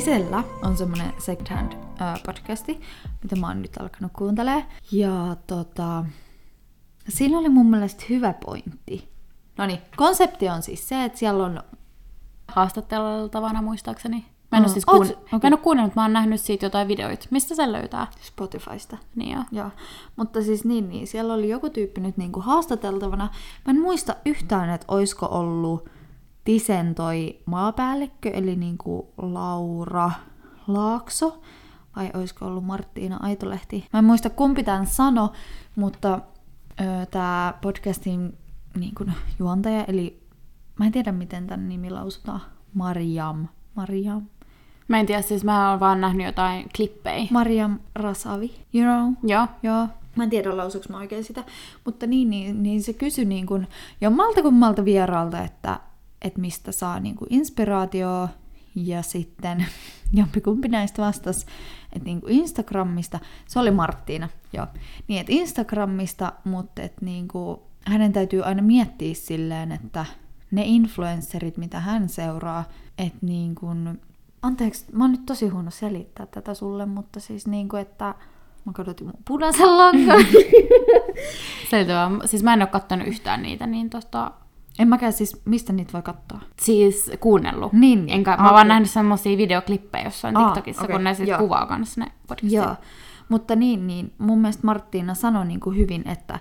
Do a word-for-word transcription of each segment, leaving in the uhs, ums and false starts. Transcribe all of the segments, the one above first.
Gisellä on semmonen second hand äh, podcasti, mitä mä oon nyt alkanut kuuntelemaan. Ja tota, siinä oli mun mielestä hyvä pointti. Noniin, konsepti on siis se, että siellä on haastatteltavana muistaakseni. Mä en, Mm. ole siis kuun... Oot- okay. Mä en ole kuunnellut, mä oon nähnyt siitä jotain videoita. Mistä sen löytää? Spotifysta. Niin joo. Joo. Mutta siis niin, niin, siellä oli joku tyyppi nyt niinku haastateltavana. Mä en muista yhtään, että oisko ollut Tisen toi maapäällikkö, eli niinku Laura Laakso, vai oisko ollut Marttiina Aitolehti. Mä en muista kumpi tämän sano, mutta tämä podcastin niinku, juontaja, eli mä en tiedä miten tämän nimi lausutaan, Mariam. Mariam. Mä en tiedä, siis mä oon vaan nähnyt jotain klippejä. Mariam Rasavi, you know? Joo. Joo. Mä en tiedä lausuks mä oikein sitä, mutta niin, niin, niin se kysyi niin kuin jommalta kummalta vieraalta, että, että mistä saa niin kuin inspiraatioa, ja sitten jompikumpi näistä vastasi, että niin kuin Instagramista, se oli Marttiina, joo, niin että Instagramista, mutta että niin kuin hänen täytyy aina miettiä silleen, että ne influencerit, mitä hän seuraa, että niin kuin, anteeksi, mä oon nyt tosi huono selittää tätä sulle, mutta siis niin kuin, että mä kadotin mun punaisen lankan. Selitää, siis mä en oo kattonut yhtään niitä, niin tota... En mäkään siis, mistä niitä voi katsoa? Siis kuunnellut. Niin, niin. Enkä, Ah, mä oon vaan okei. nähnyt semmosia videoklippejä jossain Ah, TikTokissa, okei, kun ne sit joo. kuvaa kanssa ne podcastit. Joo, mutta niin, niin mun mielestä Marttiina sanoi niin kuin hyvin, että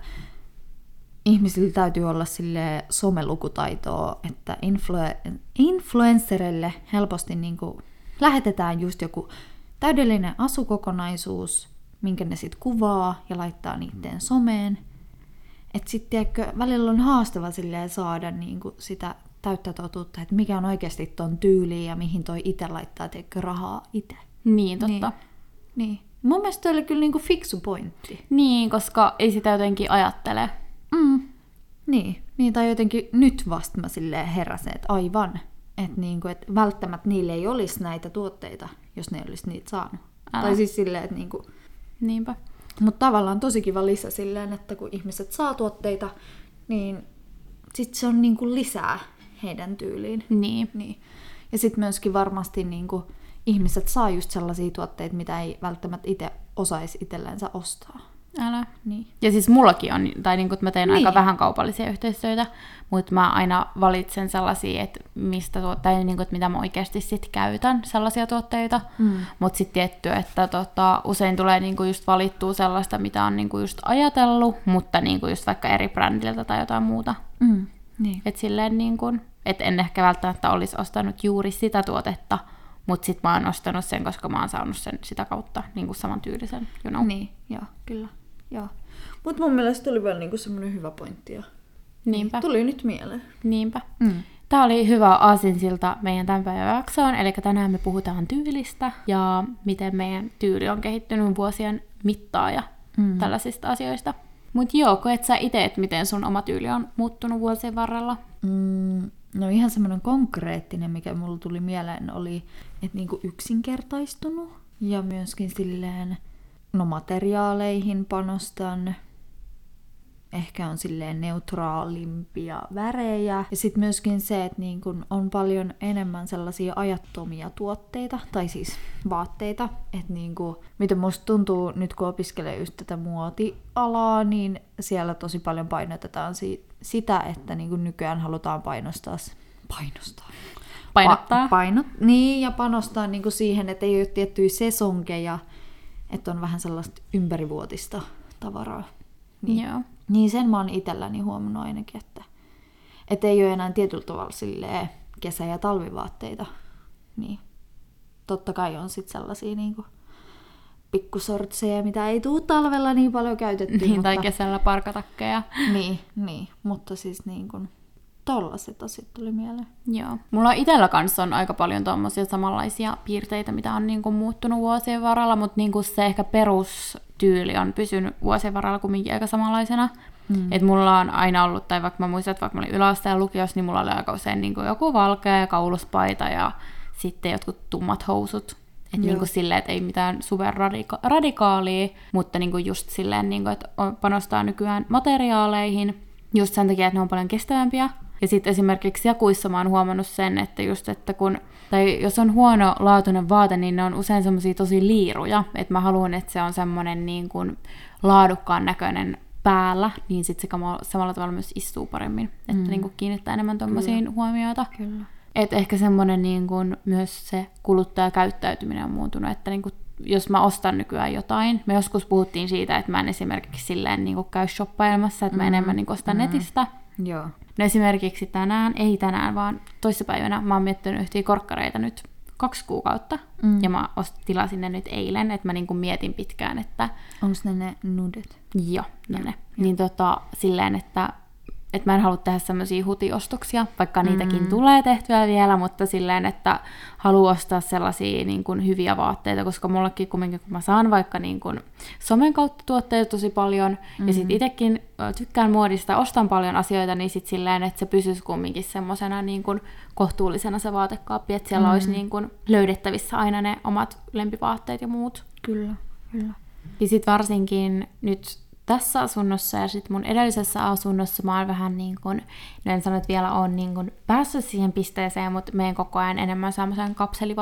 ihmisillä täytyy olla sille somelukutaitoa, että influ- influencereille helposti niin kuin lähetetään just joku täydellinen asukokonaisuus, minkä ne sit kuvaa ja laittaa niiden someen. Että sitten välillä on haastava silleen saada niinku sitä täyttä totuutta, että mikä on oikeasti ton tyyli ja mihin toi itse laittaa tiedätkö, rahaa itse. Niin, totta. Niin. niin. Mun mielestä toi oli kyllä niinku fiksu pointti. Niin, koska ei sitä jotenkin ajattele. Mm. Niin. niin, tai jotenkin nyt vasta mä silleen heräsen, että aivan. Että niinku, et välttämättä niille ei olisi näitä tuotteita, jos ne ei olisi niitä saanut. Älä. Tai siis silleen, että niinku... Niinpä. Mutta tavallaan tosi kiva lisä silleen, että kun ihmiset saa tuotteita, niin sit se on niinku lisää heidän tyyliin. Niin. Niin. Ja sitten myöskin varmasti niinku ihmiset saa just sellaisia tuotteita, mitä ei välttämättä itse osaisi itsellensä ostaa. Älä. Niin. Ja siis mullakin on, tai niin kuin mä teen Niin. aika vähän kaupallisia yhteistyötä, mutta mä aina valitsen sellaisia, että, mistä tuot, tai niin kuin, että mitä mä oikeasti sit käytän, sellaisia tuotteita. Mm. Mutta sitten tietty, että tota, usein tulee niin kuin just valittua sellaista, mitä on niin kuin just ajatellut, mutta niin kuin just vaikka eri brändiltä tai jotain muuta. Mm. Niin. Että silleen niin kuin, että en ehkä välttämättä olisi ostanut juuri sitä tuotetta, mutta sit mä oon ostanut sen, koska mä oon saanut sen sitä kautta niin kuin samantyylisen, you know. Niin, joo, kyllä. Joo. Mutta mun mielestä tuli vielä niinku semmoinen hyvä pointti. Ja... Niinpä. Tuli nyt mieleen. Niinpä. Mm. Tämä oli hyvä aasinsilta meidän tämän päivän jaksoon, eli tänään me puhutaan tyylistä ja miten meidän tyyli on kehittynyt vuosien mittaan ja mm. tällaisista asioista. Mutta joo, koet sä itse, että miten sun oma tyyli on muuttunut vuosien varrella? Mm, no ihan semmoinen konkreettinen, mikä mulla tuli mieleen, oli, että niinku yksinkertaistunut ja myöskin silleen, no materiaaleihin panostan, ehkä on silleen neutraalimpia värejä. Ja sitten myöskin se, että niin kun on paljon enemmän sellaisia ajattomia tuotteita, tai siis vaatteita. Että niin kun, miten musta tuntuu nyt kun opiskelee just tätä muotialaa, niin siellä tosi paljon painotetaan si- sitä, että niin kun nykyään halutaan painostaa. Painostaa. Painottaa. Pa- painot, niin, ja panostaa niin kun siihen, että ei ole tiettyjä sesonkeja, että on vähän sellaista ympärivuotista tavaraa. Niin. Joo. Niin sen mä oon itselläni huomannut ainakin, että et ei ole enää tietyllä tavalla silleen kesä- ja talvivaatteita. Niin. Totta kai on sit sellaisia niinku pikkusortseja, mitä ei tuu talvella niin paljon käytettyä. Niin, mutta... tai kesällä parkatakkeja. Niin, niin, mutta siis niin kuin tollaset asiat tuli mieleen. Joo. Mulla itsellä kanssa on aika paljon tommosia samanlaisia piirteitä, mitä on niinku muuttunut vuosien varrella, mutta niinku se ehkä perustyyli on pysynyt vuosien varrella kumminkin aika samanlaisena. Mm. Et mulla on aina ollut, tai vaikka mä muistan, että vaikka mä olin yläasteen lukiossa, niin mulla oli aika usein niinku joku valkea kauluspaita ja sitten jotkut tummat housut. Että niinku silleen, että ei mitään superradika- radikaalia, mutta niinku just silleen, niinku, että panostaa nykyään materiaaleihin just sen takia, että ne on paljon kestävämpiä. Ja sitten esimerkiksi jakuissa mä oon huomannut sen, että just, että kun, tai jos on huono laatuinen vaate, niin ne on usein semmosia tosi liiruja, että mä haluan, että se on semmoinen niin kuin laadukkaan näköinen päällä, niin sitten se samalla tavalla myös istuu paremmin, että mm. niin kuin kiinnittää enemmän tommosiin huomioita. Kyllä. Että ehkä semmoinen niin kuin myös se kuluttajakäyttäytyminen on muuntunut, että niin kuin jos mä ostan nykyään jotain, me joskus puhuttiin siitä, että mä en esimerkiksi silleen niin kuin käy shoppailemassa, että mä mm-hmm. enemmän niin kuin ostan mm-hmm. netistä. Joo. No esimerkiksi tänään, ei tänään, vaan toissapäivänä mä oon miettinyt yhtiä korkkareita nyt kaksi kuukautta, mm. ja mä ost, tilasin ne nyt eilen, että mä niin kuin mietin pitkään, että... Onko ne ne nudet? Joo, ne ne. Niin tota, silleen, että että mä en halua tehdä semmosia hutiostoksia, vaikka mm-hmm. niitäkin tulee tehtyä vielä, mutta silleen, että haluan ostaa sellaisia niin kuin hyviä vaatteita, koska mullakin kumminkin, kun mä saan vaikka niin kuin somen kautta tuotteita tosi paljon, mm-hmm. ja sit itekin tykkään muodista, ostan paljon asioita, niin sit silleen, että se pysyisi kumminkin semmosena niin kuin kohtuullisena se vaatekaappi, että siellä mm-hmm. olisi niin kuin löydettävissä aina ne omat lempivaatteet ja muut. Kyllä, kyllä. Ja sit varsinkin nyt tässä asunnossa ja sitten mun edellisessä asunnossa mä oon vähän niin kuin, no en sano, että vielä on niin kuin päässyt siihen pisteeseen, mutta menen koko ajan enemmän semmoisen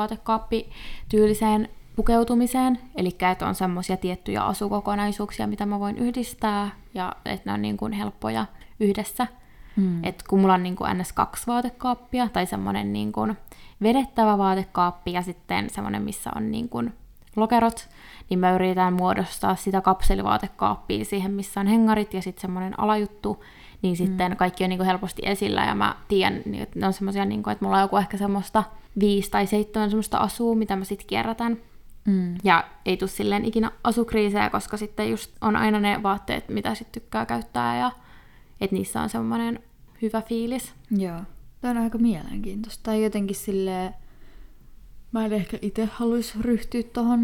kapselivaatekaappi-tyyliseen pukeutumiseen. Eli että on semmoisia tiettyjä asukokonaisuuksia, mitä mä voin yhdistää ja että ne on niin kuin helppoja yhdessä. Mm. Että kun mulla on niin kuin ns. Kaksi vaatekaappia tai semmoinen niin kuin vedettävä vaatekaappi ja sitten semmoinen, missä on niin kuin lokerot, niin mä yritän muodostaa sitä kapselivaatekaappia siihen, missä on hengarit ja sitten semmoinen alajuttu, niin sitten mm. kaikki on niinku helposti esillä, ja mä tiedän, että ne on semmoisia, niinku, että mulla on joku ehkä semmoista viisi tai seitsemän semmoista asua, mitä mä sitten kierrätän. Mm. Ja ei tule silleen ikinä asukriisejä, koska sitten just on aina ne vaatteet, mitä sitten tykkää käyttää, ja että niissä on semmoinen hyvä fiilis. Joo. Tämä on aika mielenkiintoista. Tai jotenkin silleen, mä en ehkä itse haluaisi ryhtyä tohon,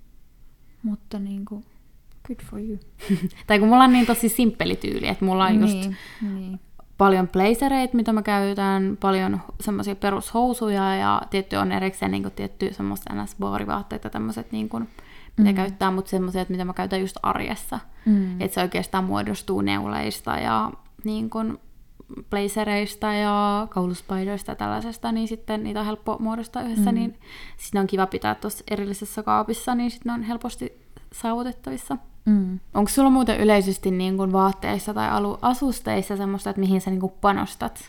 mutta niinku, good for you. Tai kun mulla on niin tosi simppeli tyyli, että mulla on just niin, niin. paljon blazereita, mitä mä käytän, paljon semmoisia perushousuja ja tietty on erikseen niin tietty semmoista ns. Baarivaatteita, tämmöiset niin kuin, mitä mm. käyttää, mutta semmoiset, mitä mä käytän just arjessa. Mm. Että se oikeastaan muodostuu neuleista ja niin kuin blazereista ja kauluspaidoista ja tällaisesta, niin sitten niitä on helppo muodostaa yhdessä, mm. niin sitten on kiva pitää tuossa erillisessä kaapissa, niin sitten ne on helposti saavutettavissa. Mm. Onko sulla muuten yleisesti niin kuin vaatteissa tai asusteissa semmoista, että mihin sä niin kuin panostat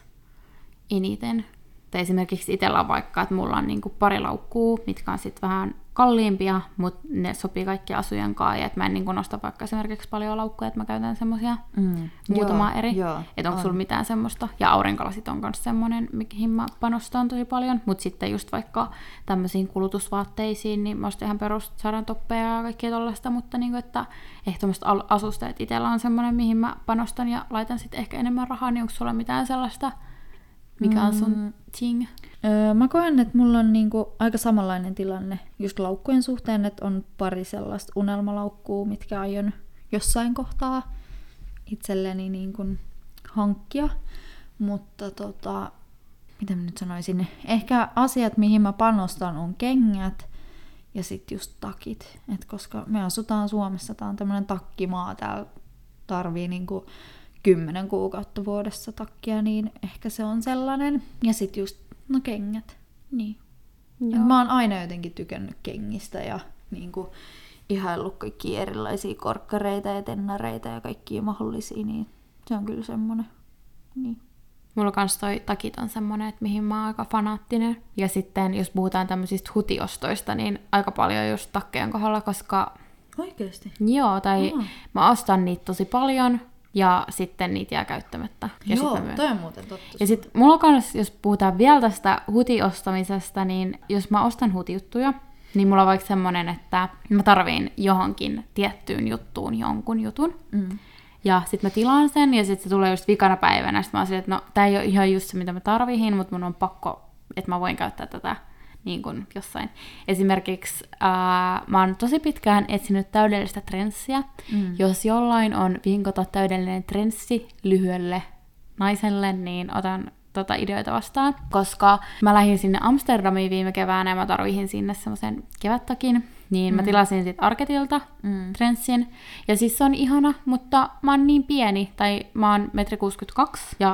eniten? Tai esimerkiksi itsellä on vaikka, että mulla on niin kuin pari laukkuu, mitkä on sitten vähän kalliimpia, mutta ne sopii kaikki asujen kanssa, ja että mä en niin kuin nosta vaikka esimerkiksi paljon laukkuja, että mä käytän semmosia mm. muutamaa eri. Että onko sulla mitään semmoista? Ja aurinkolasit on myös semmoinen, mihin mä panostan tosi paljon, mutta sitten just vaikka tämmöisiin kulutusvaatteisiin, niin mä ostin ihan perus sadan toppeja ja kaikkea tollaista, mutta niin kuin, että ehkä tämmöistä asusteet itsellä on semmoinen, mihin mä panostan ja laitan sitten ehkä enemmän rahaa, niin onko sulla mitään sellaista, mikä on sun ting? Öö, mä koen, että mulla on niinku aika samanlainen tilanne just laukkujen suhteen, että on pari sellaista unelmalaukkuu, mitkä aion jossain kohtaa itselleni niinku hankkia. Mutta tota, mitä mä nyt sanoisin, ehkä asiat, mihin mä panostan, on kengät ja sitten just takit. Et koska me asutaan Suomessa, tää on tämmönen takkimaa, täällä tarvii niinku kymmenen kuukautta vuodessa takkia, niin ehkä se on sellainen. Ja sit just, no kengät. Niin. Mä oon aina jotenkin tykännyt kengistä ja niinku ihaillut kaikkia erilaisia korkkareita ja tennareita ja kaikkia mahdollisia, niin se on kyllä semmonen. Niin. Mulla kans toi takit on semmonen, että mihin mä oon aika fanaattinen. Ja sitten jos puhutaan tämmöisistä hutiostoista, niin aika paljon just takkeen kohdalla, koska... Oikeesti? Joo, tai Aha. mä ostan niitä tosi paljon. Ja sitten niitä jää käyttämättä. Ja Joo, sit toi on muuten totta. Ja sitten mulla kans, jos puhutaan vielä tästä hutiostamisesta, niin jos mä ostan hutijuttuja, niin mulla on vaikka semmonen, että mä tarviin johonkin tiettyyn juttuun jonkun jutun. Mm. Ja sitten mä tilaan sen, ja sitten se tulee just vikana päivänä. Sitten mä oon silleen, että no, tää ei ole ihan just se, mitä mä tarvihin, mutta mun on pakko, että mä voin käyttää tätä niin kuin jossain. Esimerkiksi ää, mä oon tosi pitkään etsinyt täydellistä trenssiä. Mm. Jos jollain on vinkota täydellinen trenssi lyhyelle naiselle, niin otan tota ideoita vastaan. Koska mä lähdin sinne Amsterdamiin viime keväänä ja mä tarvihin sinne semmoisen kevättakin. Niin mm. mä tilasin sit Arketilta mm. trenssin. Ja siis se on ihana, mutta mä oon niin pieni, tai mä oon metri kuusikymmentäkaksi ja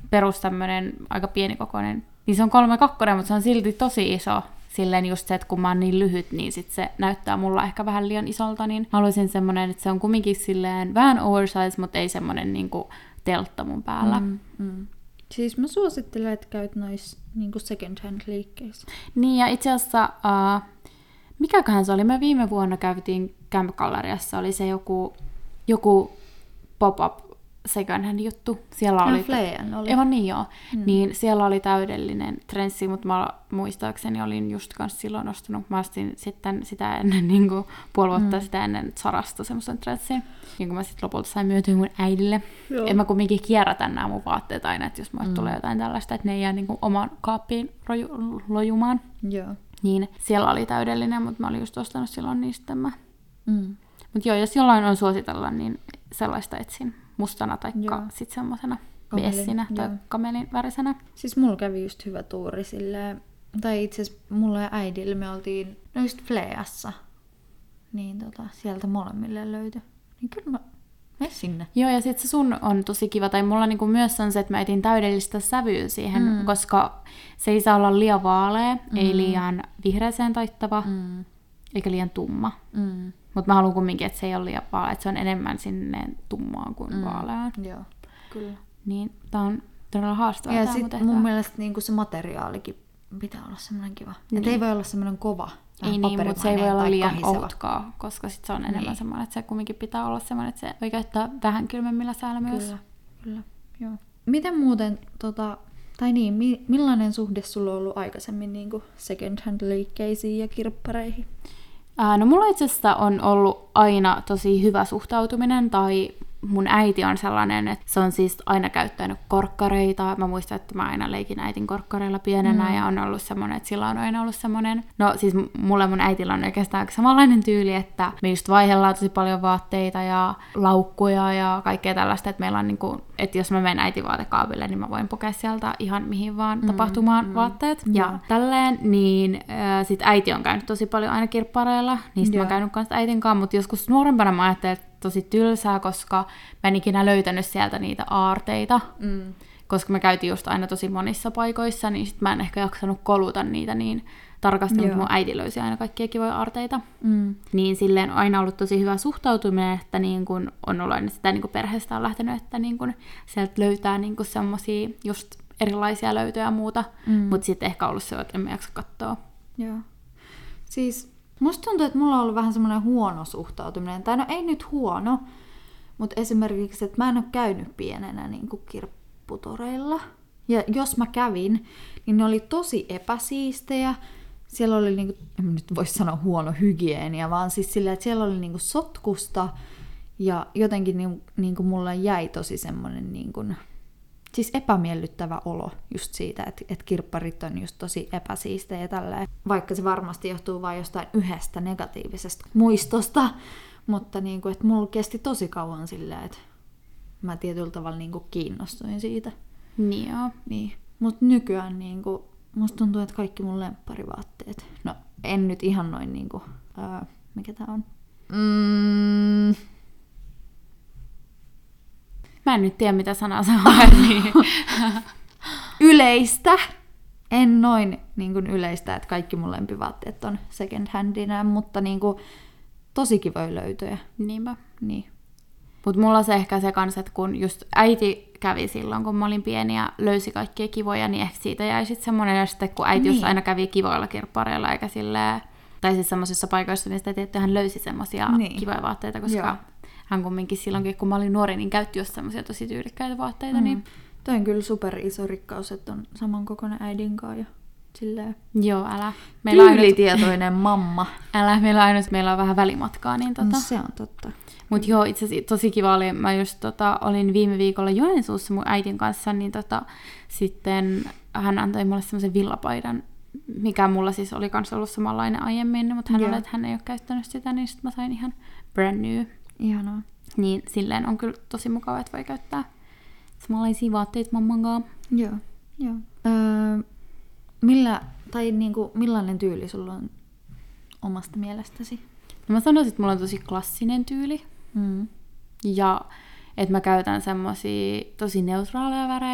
perus tämmönen aika pienikokoinen, niin se on kolme kakkonen, mutta se on silti tosi iso. Silleen just se, että kun mä oon niin lyhyt, niin sit se näyttää mulla ehkä vähän liian isolta, niin mä haluaisin semmonen, että se on kumminkin silleen vähän oversize, mutta ei semmonen niinku teltta mun päällä. Mm, mm. Siis mä suosittelen, että käyt noissa niinku second hand liikkeissä. Niin, ja itse asiassa, uh, mikäköhän se oli? Me viime vuonna käytiin Camp Galleriassa, oli se joku, joku pop-up second hand juttu. Siellä oli... Flean oli. Aivan niin joo. Mm. Niin siellä oli täydellinen trenssi, mutta mä muistaakseni olin just kans silloin ostanut. Mä ostin sitten sitä ennen, niin kuin puoli vuotta mm. sitä ennen Sarasta semmoisen trenssin. Niin kun mä sitten lopulta sain myytyä mun äidille. Joo. Et mä kumminkin kierrätän nämä mun vaatteet aina, että jos mulle mm. tulee jotain tällaista, että ne ei jää niin kuin omaan kaappiin roju- lojumaan. Joo. Niin siellä oli täydellinen, mutta mä olin just ostanut silloin niistä mä. Mm. Mutta joo, jos jollain on suositella, niin sellaista etsin. Mustana tai sitten semmoisena bessinä tai joo. kamelin värisenä. Siis mulla kävi just hyvä tuuri silleen, tai itse asiassa mulla ja äidillä me oltiin no just Fleassa, niin tota, sieltä molemmille löytyi. Niin kyllä mä mene sinne. Joo, ja sitten se sun on tosi kiva, tai mulla niinku myös on se, että mä etin täydellistä sävyä siihen, mm. koska se ei saa olla liian vaalea, mm. ei liian vihreäseen taittava, mm. eikä liian tumma. Mm. Mutta mä haluan kumminkin, että se ei ole liian vaalea, että se on enemmän sinne tummaan kuin mm. vaaleaan. Joo, kyllä. Niin tää on todella haastavaa. Ja sitten mun mielestä niinku se materiaalikin pitää olla semmoinen kiva. Niin. Että ei voi olla semmoinen kova. Ei niin, mutta se ei voi olla liian ohutkaa, koska sit se on enemmän niin. semmoinen, että se kumminkin pitää olla semmoinen, että se voi käyttää vähän kylmemmillä säällä myös. Kyllä, kyllä, joo. Miten muuten, tota, tai niin, mi- millainen suhde sulla on ollut aikaisemmin niinku second hand liikkeisiin ja kirppareihin? Ää, no mulla itse asiassa on ollut aina tosi hyvä suhtautuminen, tai mun äiti on sellainen, että se on siis aina käyttänyt korkkareita. Mä muistan, että mä aina leikin äitin korkkareilla pienenä, mm. ja on ollut semmoinen, että sillä on aina ollut semmoinen... No siis mulle mun äitillä on oikeastaan samanlainen tyyli, että me just vaihdellaan tosi paljon vaatteita ja laukkuja ja kaikkea tällaista, että meillä on niinku... Että jos mä menen äitin vaatekaapille, niin mä voin pukea sieltä ihan mihin vaan mm, tapahtumaan mm, vaatteet. Mm. Ja tälleen, niin äh, sit äiti on käynyt tosi paljon aina kirppareilla, niin sit mä oon käynyt kanssa äitin kanssa, mutta joskus nuorempana mä ajattelin, että tosi tylsää, koska mä en ikinä löytänyt sieltä niitä aarteita. Mm. Koska me käytiin just aina tosi monissa paikoissa, niin sit mä en ehkä jaksanut koluta niitä niin tarkasti, mutta mun äiti löysi aina kaikkia kivoja aarteita. Mm. Niin silleen on aina ollut tosi hyvä suhtautuminen, että niin kun on ollut aina sitä niin kun perheestä on lähtenyt, että niin kun sieltä löytää niin kun semmosia just erilaisia löytöjä ja muuta, mm. mutta sitten ehkä ollut se, että en mä jaksa katsoa. Joo. Siis musta tuntuu, että mulla on ollut vähän semmoinen huono suhtautuminen, tai no ei nyt huono, mutta esimerkiksi, että mä en ole käynyt pienenä niin kuin kirpputoreilla. Ja jos mä kävin, niin ne oli tosi epäsiistejä. Siellä oli, niin kuin, en nyt voi sanoa huono hygienia, vaan siis sillä, että siellä oli niin kuin sotkusta. Ja jotenkin niin, niin kuin mulle jäi tosi semmoinen niin kuin, siis epämiellyttävä olo just siitä, että, että kirpparit on just tosi epäsiistejä ja tälleen. Vaikka se varmasti johtuu vain jostain yhdestä negatiivisesta muistosta. Mutta niin kuin, että mulla kesti tosi kauan silleen, että mä tietyllä tavalla niin kuin kiinnostuin siitä. Niin joo. Niin. Mutta nykyään niin kuin, musta tuntuu, että kaikki mun lempparivaatteet, no en nyt ihan noin niin kuin, ää, mikä tää on? Mm. Mä en nyt tiedä, mitä sanaa sä haet. Yleistä. En noin niin kuin yleistä, että kaikki mun lempivaatteet on second handina, mutta niin kuin, tosi kivoja löytöjä. Niinpä. Niin. Mut mulla se ehkä se kans, että kun just äiti kävi silloin, kun mä olin pieni ja löysi kaikkia kivoja, niin ehkä siitä jäi sit semmonen, ja sitten kun äiti niin. just aina kävi kivoilla kirppareilla, eikä silleen, tai siis semmosissa paikoissa, niin sitä tietty hän löysi semmosia niin. kivoja vaatteita, koska Joo. hän kumminkin silloinkin, kun mä olin nuori, niin käytti just semmosia tosi tyylikkäitä vaatteita. Mm. Niin... Toi on kyllä super iso rikkaus, että on samankokoinen äidin kanssa. Silleen. Joo, älä. Meillä tyylitietoinen ainut... mamma. Älä, meillä on ainut, meillä on vähän välimatkaa. Niin tota... no, se on totta. Mut joo, itse asiassa tosi kiva oli, mä just tota, olin viime viikolla Joensuussa mun äitin kanssa, niin tota, sitten hän antoi mulle semmoisen villapaidan, mikä mulla siis oli kans ollut samanlainen aiemmin, mutta hän oli, että hän ei ole käyttänyt sitä, niin sit mä sain ihan brand new. Ihanaa. Niin silleen on kyllä tosi mukava, että voi käyttää samanlaisia vaatteita mamman kanssa. Joo, joo. Öö, millä, tai niinku, millainen tyyli sulla on omasta mielestäsi? No mä sanoisin, että mulla on tosi klassinen tyyli. Mm. Ja että mä käytän semmosia tosi neutraaleja värejä.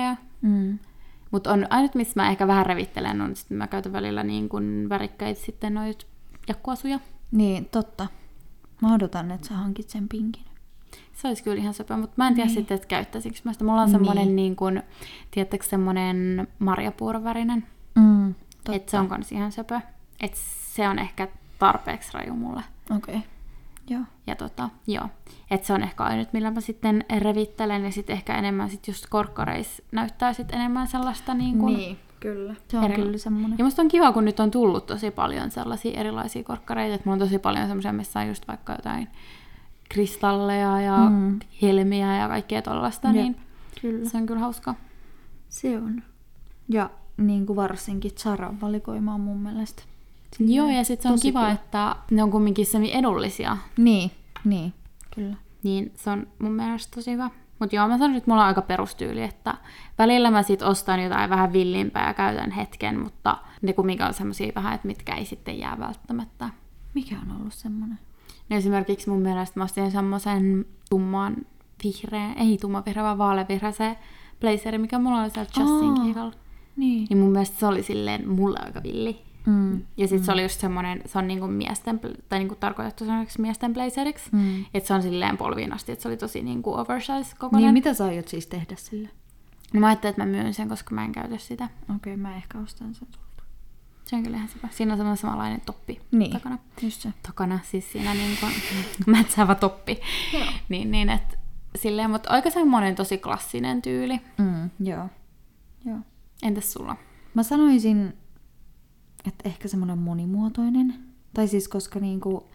Mm. Mutta on ainut, missä mä ehkä vähän revittelen, on sitten mä käytän välillä niin kuin värikkäitä sitten noit jakkuasuja. Niin, totta. Mä odotan, että sä hankit sen pinkin. Se olisi kyllä ihan söpö, mutta mä en tiedä niin. sitten, että käyttäisikö mä sitä. Mulla on semmonen niin, niin kuin, tiedättekö, semmonen marjapuurovärinen. Mm, että se on kans ihan söpö. Että se on ehkä tarpeeksi raju mulle. Okei. Okay. Joo. Ja tota, joo. Että se on ehkä ainut, millä mä sitten revittelen. Ja sitten ehkä enemmän sit just korkkareissa näyttää sitten enemmän sellaista niin kuin... Niin, kyllä. Se on eri... kyllä semmoinen. Ja musta on kiva, kun nyt on tullut tosi paljon sellaisia erilaisia korkkareita. Että mulla on tosi paljon semmoisia, missä on just vaikka jotain kristalleja ja mm. helmiä ja kaikkea tollaista. Niin kyllä. Se on kyllä hauska. Se on. Ja niin kuin varsinkin Zaran valikoima on mun mielestä. Silleen joo, ja sitten se on kiva, kiva, että ne on kumminkin semi edullisia. Niin, niin, kyllä. Niin se on mun mielestä tosi hyvä. Mutta joo, mä sanon, että mulla on aika perustyyli, että välillä mä sit ostan jotain vähän villimpää ja käytän hetken, mutta ne kumminkin on semmosia vähän, että mitkä ei sitten jää välttämättä. Mikä on ollut semmonen? No esimerkiksi mun mielestä mä ostin semmosen tumman vihreän, ei tumman vihreä, vaan vaaleanvihreä se blazeri, mikä mulla oli siellä Justin keikalla. Niin. Niin mun mielestä se oli silleen mulle aika villi. Mm. Ja sit mm. se oli just semmonen, se on niinku miesten, tai niinku tarkoitettu semmoiseksi miesten blazeriksi. Mm. Että se on silleen polviin asti, että se oli tosi niinku oversize kokoinen. Niin, mitä sä aiot siis tehdä sille? No mä ajattelin, että mä myyn sen, koska mä en käytä sitä. Okei, okay, mä ehkä ostan sen sulta. Se on kyllä ihan hyvä. Siinä on semmoinen samanlainen toppi niin. takana. Just se. Takana, siis siinä niinku mätsäävä toppi. Joo. niin, niin, että silleen, mutta aika semmoinen tosi klassinen tyyli. Mm, joo. joo. Entäs sulla? Mä sanoisin, että ehkä semmoinen monimuotoinen. Tai siis koska niinku...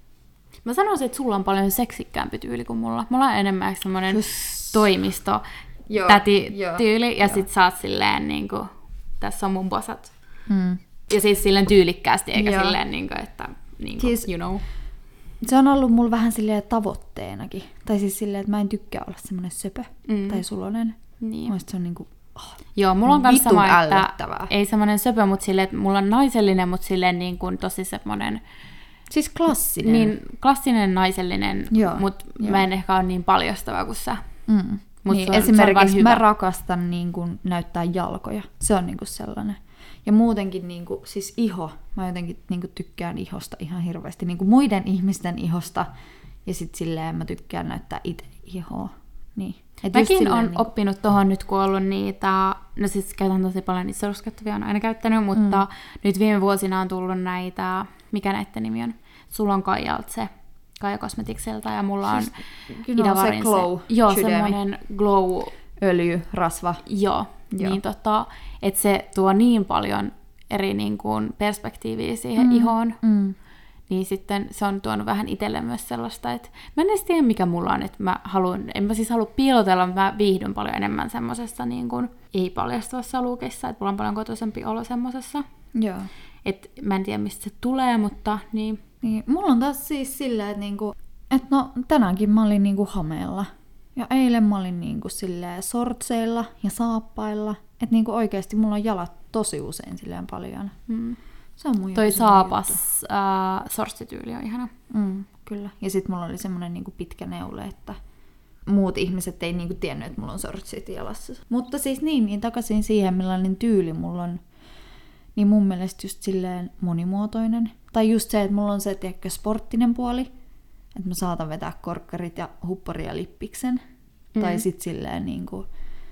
Mä sanoisin, että sulla on paljon seksikkäämpi tyyli kuin mulla. Mulla on enemmän semmoinen Just... toimisto joo, täti joo, tyyli. Ja joo. sit sä oot silleen niinku, tässä on mun bosat. Mm. Ja siis silleen tyylikkäästi, eikä joo. silleen niinku, että niinku, siis, you know. Se on ollut mulla vähän silleen tavoitteenakin. Tai siis silleen, että mä en tykkää olla semmoinen söpö Mm. tai sulonen. Niin. Mun se on niinku... Oh, Joo, mulla on kans sama, että ällöttävää. ei semmoinen söpö, mutta silleen, että mulla on naisellinen, mutta silleen niin kuin tosi semmoinen... Siis klassinen. Niin, klassinen naisellinen, joo, mutta joo. mä en ehkä ole niin paljastava kuin sä. Mm. Mut Niin, se on, esimerkiksi se on mä rakastan niin kuin näyttää jalkoja. Se on niin kuin sellainen. Ja muutenkin niin kuin, siis iho. Mä jotenkin niin kuin tykkään ihosta ihan hirveästi. Niin kuin muiden ihmisten ihosta. Ja sit silleen mä tykkään näyttää itse ihoa. Niin. Et Mäkin olen niin kuin... oppinut tohon nyt, kun on ollut niitä, no siis käytän tosi paljon niitä sorskattavia, on aina käyttänyt, mutta mm. nyt viime vuosina on tullut näitä, mikä näiden nimi on? Sulla on Kaijalta se, Kaija Cosmeticsilta, ja mulla on siis, Idavarin se glow se, joo, sydämi. semmoinen glow, öljy, rasva. joo, joo. niin tota, että se tuo niin paljon eri niin kuin, perspektiiviä siihen mm. ihoon, Mm. niin sitten se on tuonut vähän itselle myös sellaista, että mä en edes tiedä mikä mulla on, että mä haluan, en mä siis halua piilotella, mutta mä viihdyn paljon enemmän semmosessa niin kuin ei paljastuvassa luukissa, että mulla on paljon kotoisempi olo semmosessa. Joo. Että mä en tiedä mistä se tulee, mutta niin. Niin, mulla on taas siis silleen, että niinku, et no tänäänkin mä olin niinku hameella. Ja eilen mä olin niinku silleen sortseilla ja saappailla. Että niinku oikeesti mulla on jalat tosi usein silleen paljon. Mm. Se on mun Toi saapas äh, sortsityyli on ihana. Mm, kyllä. Ja sit mulla oli semmonen niinku pitkä neule, että muut ihmiset ei niinku tiennyt, että mulla on sortsit jalassa. Mutta siis niin, niin takaisin siihen, millainen tyyli mulla on. Niin mun mielestä just silleen monimuotoinen. Tai just se, että mulla on se, tiedätkö, sporttinen puoli. Että mä saatan vetää korkkarit ja huppari ja lippiksen. Mm. Tai sit silleen niinku,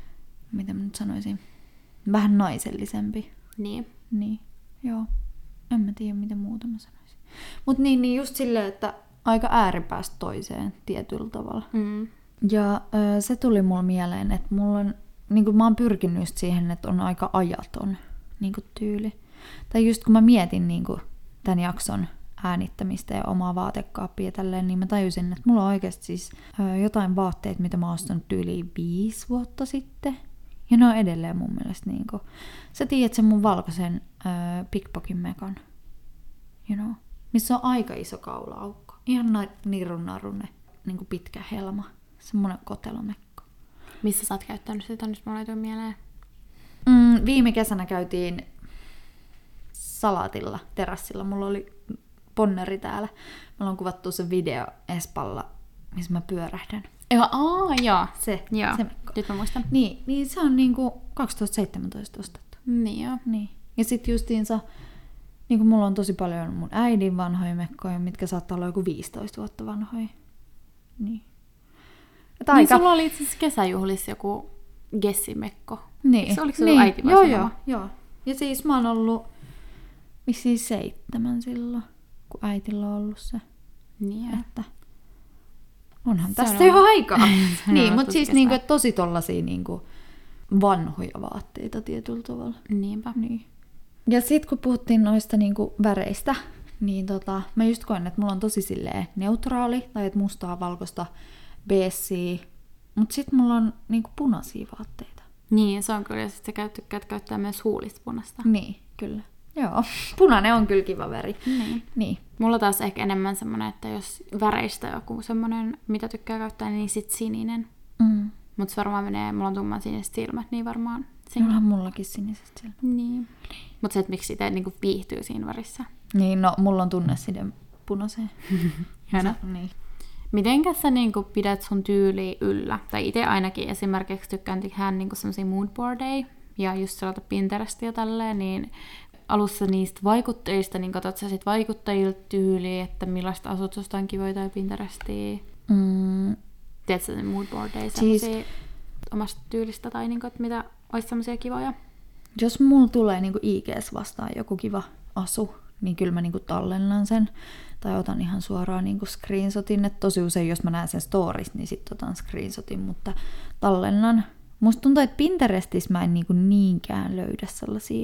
mitä mä nyt sanoisin, vähän naisellisempi. Niin. Niin, joo. En mä tiedä, mitä muuta mä sanoisin. Mut niin, niin just silleen, että aika ääripäästä toiseen tietyllä tavalla. Mm. Ja ö, se tuli mulle mieleen, että mulla on, niinku mä oon pyrkinyt just siihen, että on aika ajaton niinku tyyli. Tai just kun mä mietin niinku tämän jakson äänittämistä ja omaa vaatekaappia ja tälleen, niin mä tajusin, että mulla on oikeasti siis ö, jotain vaatteita, mitä mä oon ostanut tyyliin viisi vuotta sitten. Ja ne on edelleen mun mielestä niinku. Sä tiedät sen mun valkoisen ö, pickpockin mekan. You know? Missä on aika iso kaula-aukko. Ihan na- nirun narunne, niinku pitkä helma. Semmonen kotelomekko. Missä sä oot käyttänyt sitä, nyt mulla ei tule mieleen. Mm, viime kesänä käytiin salaatilla, terassilla. Mulla oli ponneri täällä. Me ollaan kuvattu se video Espalla, missä mä pyörähdän. Joo, aa, joo. Se, Joo, se mekko. nyt mä muistan. Niin, niin se on niinku kaksituhattaseitsemäntoista ostettu. Niin joo. Niin. Ja sit justiinsa, niinku mulla on tosi paljon mun äidin vanhoja mekkoja, mitkä saattaa olla joku viisitoista vuotta vanhoja. Niin. Niin aika... sulla oli itse asiassa kesäjuhlissa joku Gessi-mekko. Niin. Se oliko se niin. äiti vai joo, sun joo, oma? joo. Ja siis mä oon ollut vissiin seitsemän silloin, kun äitillä on ollut se. Niin. Että onhan se tästä on jo aikaa. on niin, ollut mutta tosi siis kestää. niinku, et tosi tollasia niinku vanhoja vaatteita tietyllä tavalla. Niinpä. Niin. Ja sit kun puhuttiin noista niinku väreistä, niin tota, mä just koen, että mulla on tosi silleen neutraali, tai että mustaa, valkoista, beessiä, mut sit mulla on niinku punaisia vaatteita. Niin, se on kyllä. Ja sit sä käyt, tykkäät käyttää myös huulispunasta. Niin, kyllä. Joo, punainen on kyllä kiva väri. Niin. Niin. Mulla taas ehkä enemmän semmonen, että jos väreistä joku semmonen, mitä tykkää käyttää, niin sit sininen. Mm. Mut se varmaan menee, mulla on tumman siniset silmät, niin varmaan sininen. Sinullahan mullakin siniset silmät. Niin. Mut se, että miksi sitä niinku viihtyy siinä värissä. Niin, no mulla on tunneside punaiseen. Hieno. Niin. Mitenkäs sä niinku pidät sun tyyliä yllä? Tai itse ainakin esimerkiksi tykkään tehdä niinku semmosia moodboardeja ja just sellaista Pinterestia tälleen, niin alussa niistä vaikutteista, niin katsot sä sit vaikuttajilta tyyliä, että millaista asutusta on kivoja tai Pinterestia? Mm. Teet sä moodboardeja Siis- semmosia omasta tyylistä tai niinku, että mitä olisi semmosia kivoja? Jos mulla tulee niinku I G:ssä vastaan joku kiva asu, niin kyllä mä niinku tallennan sen. Tai otan ihan suoraan niinku screenshotin. Et tosi usein, jos mä näen sen stories, niin sit otan screenshotin, mutta tallennan. Musta tuntuu, että Pinterestissä mä en niinku niinkään löydä sellaisia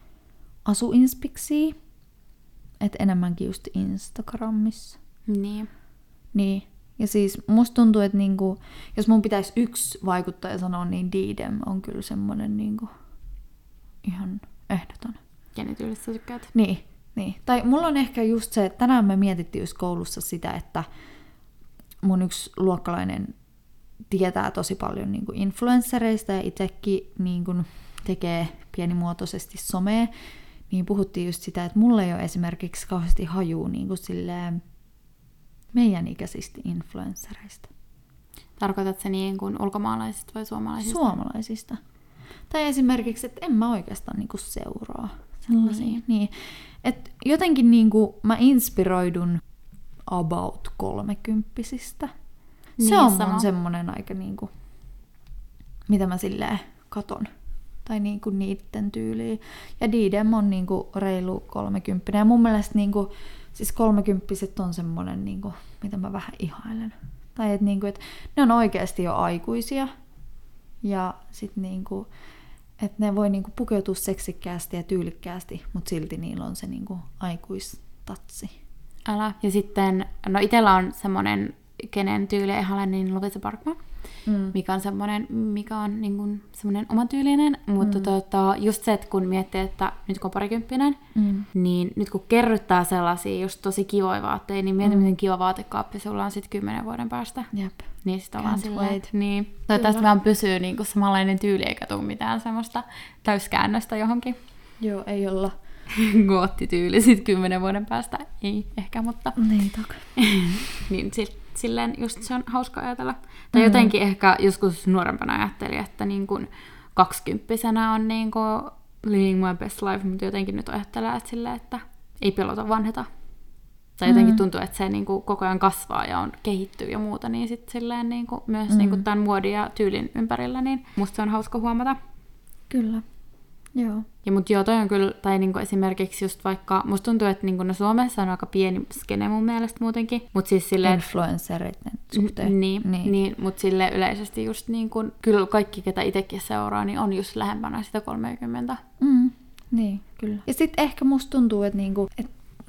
asuinspiksiä. Että enemmänkin just Instagramissa. Niin. Niin. Ja siis musta tuntuu, että niinku, jos mun pitäisi yksi vaikuttaja sanoa, niin Didem on kyllä semmonen niinku ihan ehdoton. Kenen tyylistä sä tykkäät? Niin, niin. Tai mulla on ehkä just se, että tänään me mietittiin just koulussa sitä, että mun yksi luokkalainen tietää tosi paljon niin kuin influenssereista ja itsekin niin kuin tekee pienimuotoisesti somea, niin puhuttiin just sitä, että mulla ei ole esimerkiksi kauheasti hajuu niin kuin silleen meidän ikäisistä influenssereista. Tarkoitat se niin kuin ulkomaalaisista vai suomalaisista? Suomalaisista. Tai esimerkiksi, että en mä oikeastaan niinku seuraa sellaisia. Niin. Niin. Et jotenkin niinku mä inspiroidun about kolmekymppisistä. Niin, se on sama. mun semmonen aika niinku, mitä mä silleen katon. Tai niinku niitten tyyliin. Ja Didem on niinku reilu kolmekymppinen. Ja mun mielestä niinku, siis kolmekymppiset on semmonen, niinku, mitä mä vähän ihailen. Tai että niinku, et ne on oikeasti jo aikuisia. Ja sit niinku, että ne voi niinku pukeutua seksikkäästi ja tyylikkäästi, mutta silti niillä on se niinku aikuistatsi. Älä. Ja sitten, no itellä on semmonen, kenen tyyli ihailen, niin Lovisa Parkman, Mm. mikä on semmonen, mikä on niin kuin semmonen omatyylinen, mutta Mm. tota, just se, että kun miettii, että nyt kun on parikymppinen, Mm. niin nyt kun kerryttää sellaisia just tosi kivoja vaatteita, niin mieti, Mm. miten kiva vaatekaappi sulla on sitten kymmenen vuoden päästä. Jep. Niin sitä ollaan Can't silleen, wait. niin. Toivottavasti vaan pysyy niinku samanlainen tyyli, eikä tule mitään semmoista täyskäännöstä johonkin. Joo, ei olla. Goottityyli sitten kymmenen vuoden päästä. Ei ehkä, mutta Niin toki. niin sit, silleen just se on hauska ajatella. Tai Mm. jotenkin ehkä joskus nuorempana ajattelin, että niin kuin kaksikymppisenä on niin kuin living my best life, mutta jotenkin nyt ajattelee, että, silleen, että ei pelota vanheta. Tai jotenkin Mm. tuntuu, että se niin kuin koko ajan kasvaa ja on kehittyy ja muuta, niin sit silleen niin kuin myös Mm. niin kuin tämän muodin ja tyylin ympärillä, niin musta se on hauska huomata. Kyllä. Joo. Ja mut joo, toi on kyllä, tai niinku esimerkiksi just vaikka, musta tuntuu, että niinku no Suomessa on aika pieni skene mun mielestä muutenkin, mut siis silleen, Influenssereiden suhteen. niin, niin. niin mut silleen yleisesti just niinku, kyllä kaikki, ketä itsekin seuraa, niin on just lähempänä sitä kolmekymmentä. Mm. Niin, kyllä. Ja sitten ehkä musta tuntuu, että niinku, et,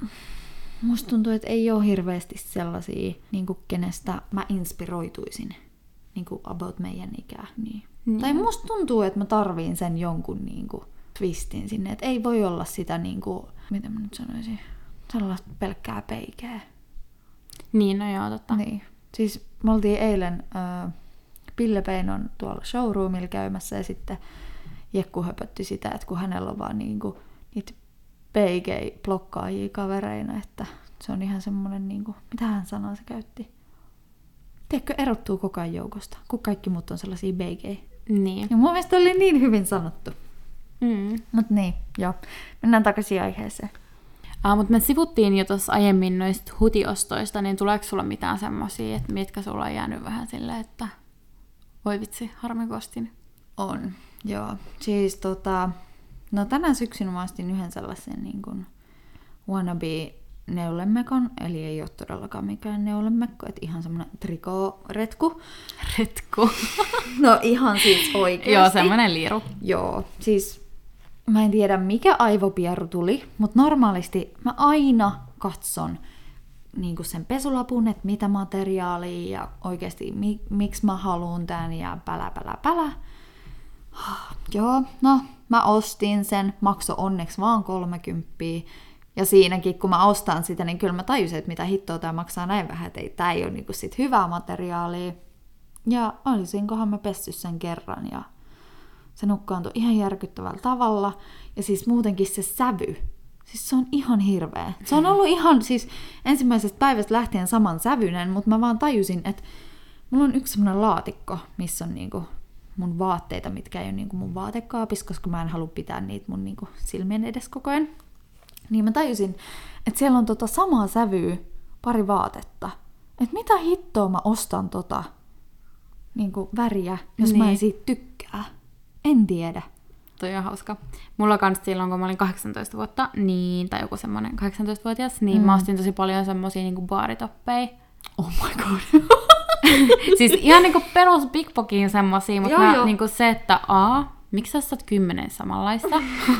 musta tuntuu, että ei ole hirveästi sellaisia, niinku, kenestä mä inspiroituisin niinku about meidän ikää. Niin. Niin. Tai musta tuntuu, että mä tarviin sen jonkun niinku, twistin sinne. Että ei voi olla sitä, niinku, mitä mä nyt sanoisin, sellaista pelkkää peikeä. Niin, no joo, totta. Niin. Siis me oltiin eilen äh, Pille Peinon tuolla showroomilla käymässä ja sitten Jekku höpötti sitä, että kun hänellä on vaan niinku niitä peikei blokkaajia kavereina, että se on ihan semmonen niinku, mitä hän sanoi, se käytti? tiedätkö, erottuu koko ajan joukosta, kun kaikki muut on sellaisia beigejä. Niin. Ja mun mielestä oli niin hyvin sanottu. Mm. Mut niin, joo. Mennään takaisin aiheeseen. Ah, mutta me sivuttiin jo tuossa aiemmin noista hutiostoista, niin tuleeko sulla mitään semmosia, että mitkä sulla on jäänyt vähän silleen, että voi vitsi, harmi kun ostin? On, joo. Siis tota, no tänä syksynä mä ostin yhden sellaisen niin kuin wannabe neulemekon, eli ei ole todellakaan mikään neulemekko, että ihan semmoinen trikooretku. Retku. No ihan siis oikeasti. Joo, semmoinen liiru. Joo, siis mä en tiedä mikä aivopieru tuli, mutta normaalisti mä aina katson niin kuin sen pesulapun, että mitä materiaalia ja oikeasti mi- miksi mä haluun tän ja pälä pälä pälä. Joo, no mä ostin sen, makso onneksi vaan kolmekymppiä. Ja siinäkin, kun mä ostan sitä, niin kyllä mä tajusin, että mitä hittoa tää maksaa näin vähän, että ei, tää ei ole niinku sit hyvää materiaalia. Ja olisinkohan mä pessy sen kerran ja se nukkaantui ihan järkyttävällä tavalla. Ja siis muutenkin se sävy, siis se on ihan hirveä. Se on ollut ihan siis ensimmäisestä päivästä lähtien saman sävyinen, mutta mä vaan tajusin, että mulla on yksi semmoinen laatikko, missä on niinku mun vaatteita, mitkä ei ole niinku mun vaatekaapissa, koska mä en halua pitää niitä mun niinku silmien edes koko ajan. Niin mä tajusin, että siellä on tota samaa sävyä pari vaatetta. Että mitä hittoa mä ostan tota niinku väriä, jos niin. mä en siitä tykkää. En tiedä. Toi on hauska. Mulla kans silloin, kun mä olin kahdeksantoista vuotta, niin, tai joku semmonen kahdeksantoistavuotias, niin mm. mä ostin tosi paljon semmosia niinku baaritoppeja. Oh my god. Siis ihan niinku perus Big Bogiin semmosia, mutta joo, mä, joo. niinku se, että A, miksi sä ostat kymmenen samanlaista?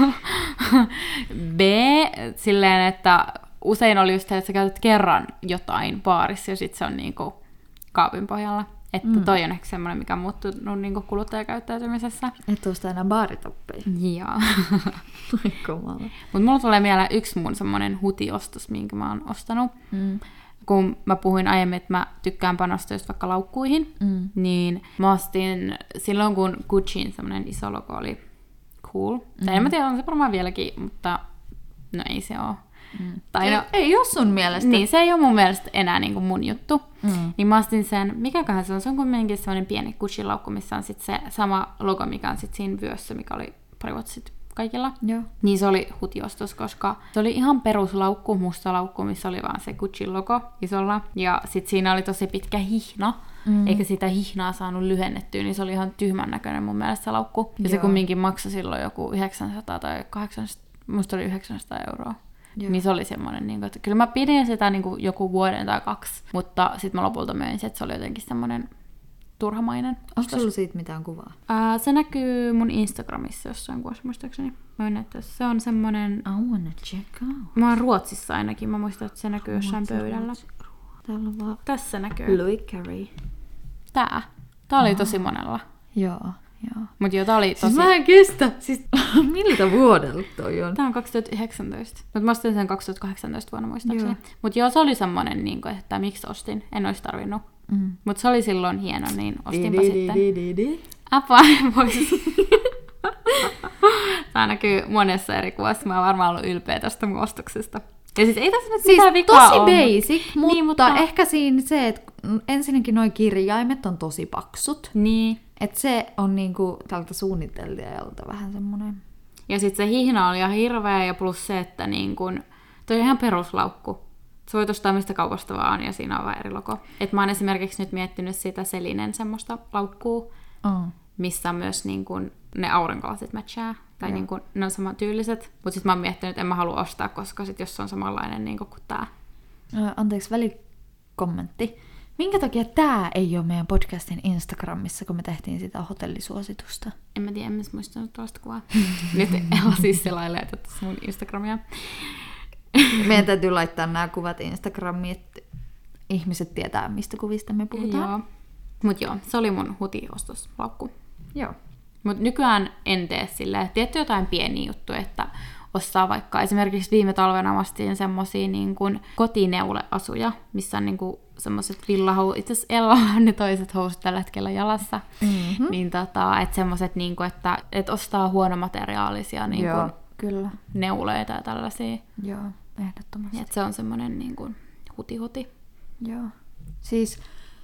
B, silleen, että usein oli just se, että sä käytät kerran jotain baarissa ja sit se on niinku kaapin pohjalla. Että mm. toi on ehkä semmoinen, mikä on muuttunut niinku kuluttajakäyttäytymisessä. Et ostaa enää baaritoppeja. Joo. Komala. Mut mulla tulee mieleen yksi mun semmonen hutiostos, minkä mä oon ostanut. Mm. Kun mä puhuin aiemmin, että mä tykkään panostaa just vaikka laukkuihin, mm. niin mä ostin silloin, kun Gucciin semmonen iso logo oli cool. Mm. Tai en mä tiedä, on se varmaan vieläkin, mutta no ei se oo. Mm. Tai se no, ei oo sun mielestä. Niin, se ei oo mun mielestä enää niinku mun juttu. Mm. Niin mä ostin sen, mikäköhän se on, se on kuitenkin semmonen pieni Gucci-laukku, missä on sit se sama logo, mikä on sit siinä vyössä, mikä oli pari vuotta sitten kaikilla. Joo. Niin se oli hutiostos, koska se oli ihan peruslaukku, musta laukku, missä oli vaan se Gucci-logo isolla. Ja sit siinä oli tosi pitkä hihna, mm. eikä sitä hihnaa saanut lyhennettyä, niin se oli ihan tyhmän näköinen mun mielestä se laukku. Ja Joo. se kumminkin maksoi silloin joku yhdeksänsataa tai kahdeksansataa, musta oli yhdeksänsataa euroa. Joo. Niin se oli semmoinen, niin kuin, että kyllä mä pidin sitä niin kuin joku vuoden tai kaksi, mutta sitten mä lopulta möin se, että se oli jotenkin semmoinen turhamainen. Onko sulla siitä mitään kuvaa? Ää, se näkyy mun Instagramissa jossain kuvassa muistaakseni. Mä voin näyttää, se on semmoinen... I wanna check out. Mä oon Ruotsissa ainakin, mä muistan, että se näkyy jossain pöydällä. Täällä on vaan... Tässä näkyy. Louis Carey. Tää. Tää oli tosi monella. Joo. Joo. Mut joo, tää oli tosi... Siis mä en kestä. Siis miltä vuodelta toi on? Tää on kaksituhattayhdeksäntoista. Mut mä ostin sen kaksituhattakahdeksantoista vuonna muistaakseni. Joo. Mut joo, se oli semmonen, niin kuin, että miksi ostin. En ois tarvinnut. Mm. Mut se oli silloin hieno, niin ostinpa di, sitten. Di, di, di. Apua, pois. Tää näkyy monessa eri kuvassa. Mä oon varmaan ollut ylpeä tästä mun ostoksesta. Ja siis ei tässä nyt siis mitään vikaa tosi ole. basic, mutta, niin, mutta ehkä siinä se, että ensinnäkin noi kirjaimet on tosi paksut. Niin. Että se on niinku tältä suunnittelijalta vähän semmonen. Ja sit se hihna oli ihan hirveä ja plus se, että niin kun, toi on ihan peruslaukku. Se voit ostaa mistä kaupasta vaan ja siinä on vaan eri logo. Et mä oon esimerkiksi nyt miettinyt sitä Selinen semmoista laukkuu, mm. missä myös niin kun ne aurinkolasit matchaa. Tai niin kun, ne on samantyyliset. Mut sit mä oon miettinyt, että en mä halua ostaa, koska sit jos se on samanlainen niin kuin tää. Anteeksi, välikommentti. Minkä takia tää ei ole meidän podcastin Instagramissa, kun me tehtiin sitä hotellisuositusta? En mä tiedä, en mä muistanut tuosta kuvaa. Nyt Ella siis selailee tätä mun Instagramia. Meidän täytyy laittaa nämä kuvat Instagramiin, että ihmiset tietää, mistä kuvista me puhutaan. Joo. Mut joo, se oli mun hutiostoslaukku. Joo. Mut nykyään en tee silleen, tietty jotain pieniä juttuja, että ostaa vaikka esimerkiksi viime talvena ostin semmosia niin kuin kotineuleasuja, missä on niin kuin semmoset villahousut, itse asiassa Ella on ne toiset housut tällä hetkellä jalassa, mm-hmm. niin tota, että semmoset niin kuin, että et ostaa huonomateriaalisia niin Joo, kuin kyllä. neuleita ja tällaisia. Joo, ehdottomasti. Et se on semmonen niin kuin huti-huti. Joo. Siis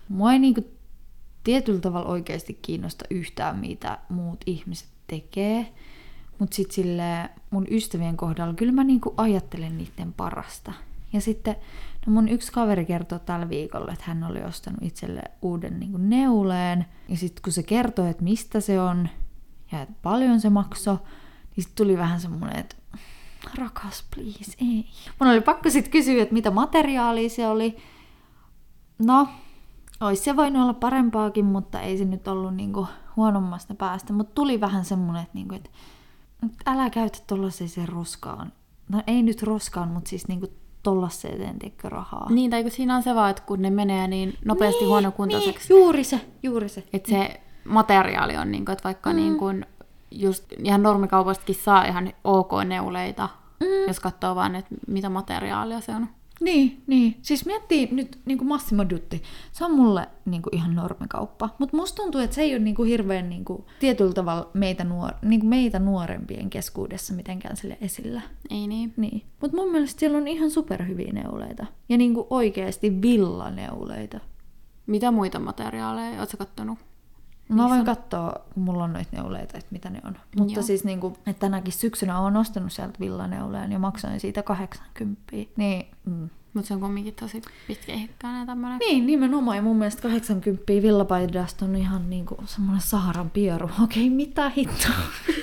mua ei niinku tietyllä tavalla oikeasti kiinnosta yhtään, mitä muut ihmiset tekee. Mutta sitten silleen mun ystävien kohdalla kyllä mä niinku ajattelen niiden parasta. Ja sitten no mun yksi kaveri kertoi tällä viikolla, että hän oli ostanut itselle uuden niinku neuleen. Ja sitten kun se kertoi, että mistä se on ja että paljon se maksoi, niin sitten tuli vähän semmoinen, että rakas, please, ei. Mun oli pakko sitten kysyä, että mitä materiaalia se oli. No, olisi se voinut olla parempaakin, mutta ei se nyt ollut niinku huonommasta päästä. Mutta tuli vähän semmoinen, että, niinku, että älä käytä tollaiseen roskaan. No ei nyt roskaan, mutta siis niinku tollaiseen tiedätkö rahaa. Niin, tai kun siinä on se vaan, että kun ne menee niin nopeasti niin, huonokuntoiseksi. Niin, juuri se, juuri se. Että se materiaali on, niin kuin, että vaikka mm. niin kuin, just ihan normikaupastakin saa ihan ok neuleita, mm. jos katsoo vaan, että mitä materiaalia se on. Niin, niin. Siis miettii nyt niin kuin Massimo Dutti. Se on mulle niin kuin ihan normikauppa. Mutta musta tuntuu, että se ei ole niin kuin hirveän niin kuin, tietyllä tavalla meitä, nuor- niin kuin meitä nuorempien keskuudessa mitenkään sille esillä. Ei niin. niin. Mutta mun mielestä siellä on ihan superhyviä neuleita. Ja niin kuin oikeasti villaneuleita. Mitä muita materiaaleja? Ootko kattonut? Mä voin katsoa, kun mulla on noita neuleita, että mitä ne on. Mutta Joo. siis niin kuin, että tänäkin syksynä olen ostanut sieltä villaneuleen ja maksoin siitä kahdeksankymmentä. Niin, mm. Mutta se on kumminkin tosi pitkäikäinen tämmönen. Niin, nimenomaan. Ja mun mielestä kahdeksankymmentä villapaidasta on ihan niinku semmoinen Saharan pieru. Okei, mitä hittoa?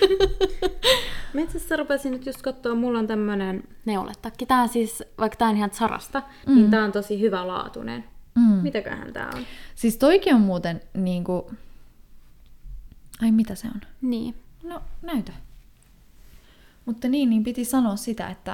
Mä itse asiassa rupesin nyt just katsoa, mulla on tämmönen neuletakki. Tää on siis, vaikka tää on ihan Zarasta, mm. niin tää on tosi hyvälaatuinen. Mm. Mitäköhän tää on? Siis toikin on muuten niinku... Ai mitä se on? Niin. No, näytä. Mutta niin, niin piti sanoa sitä, että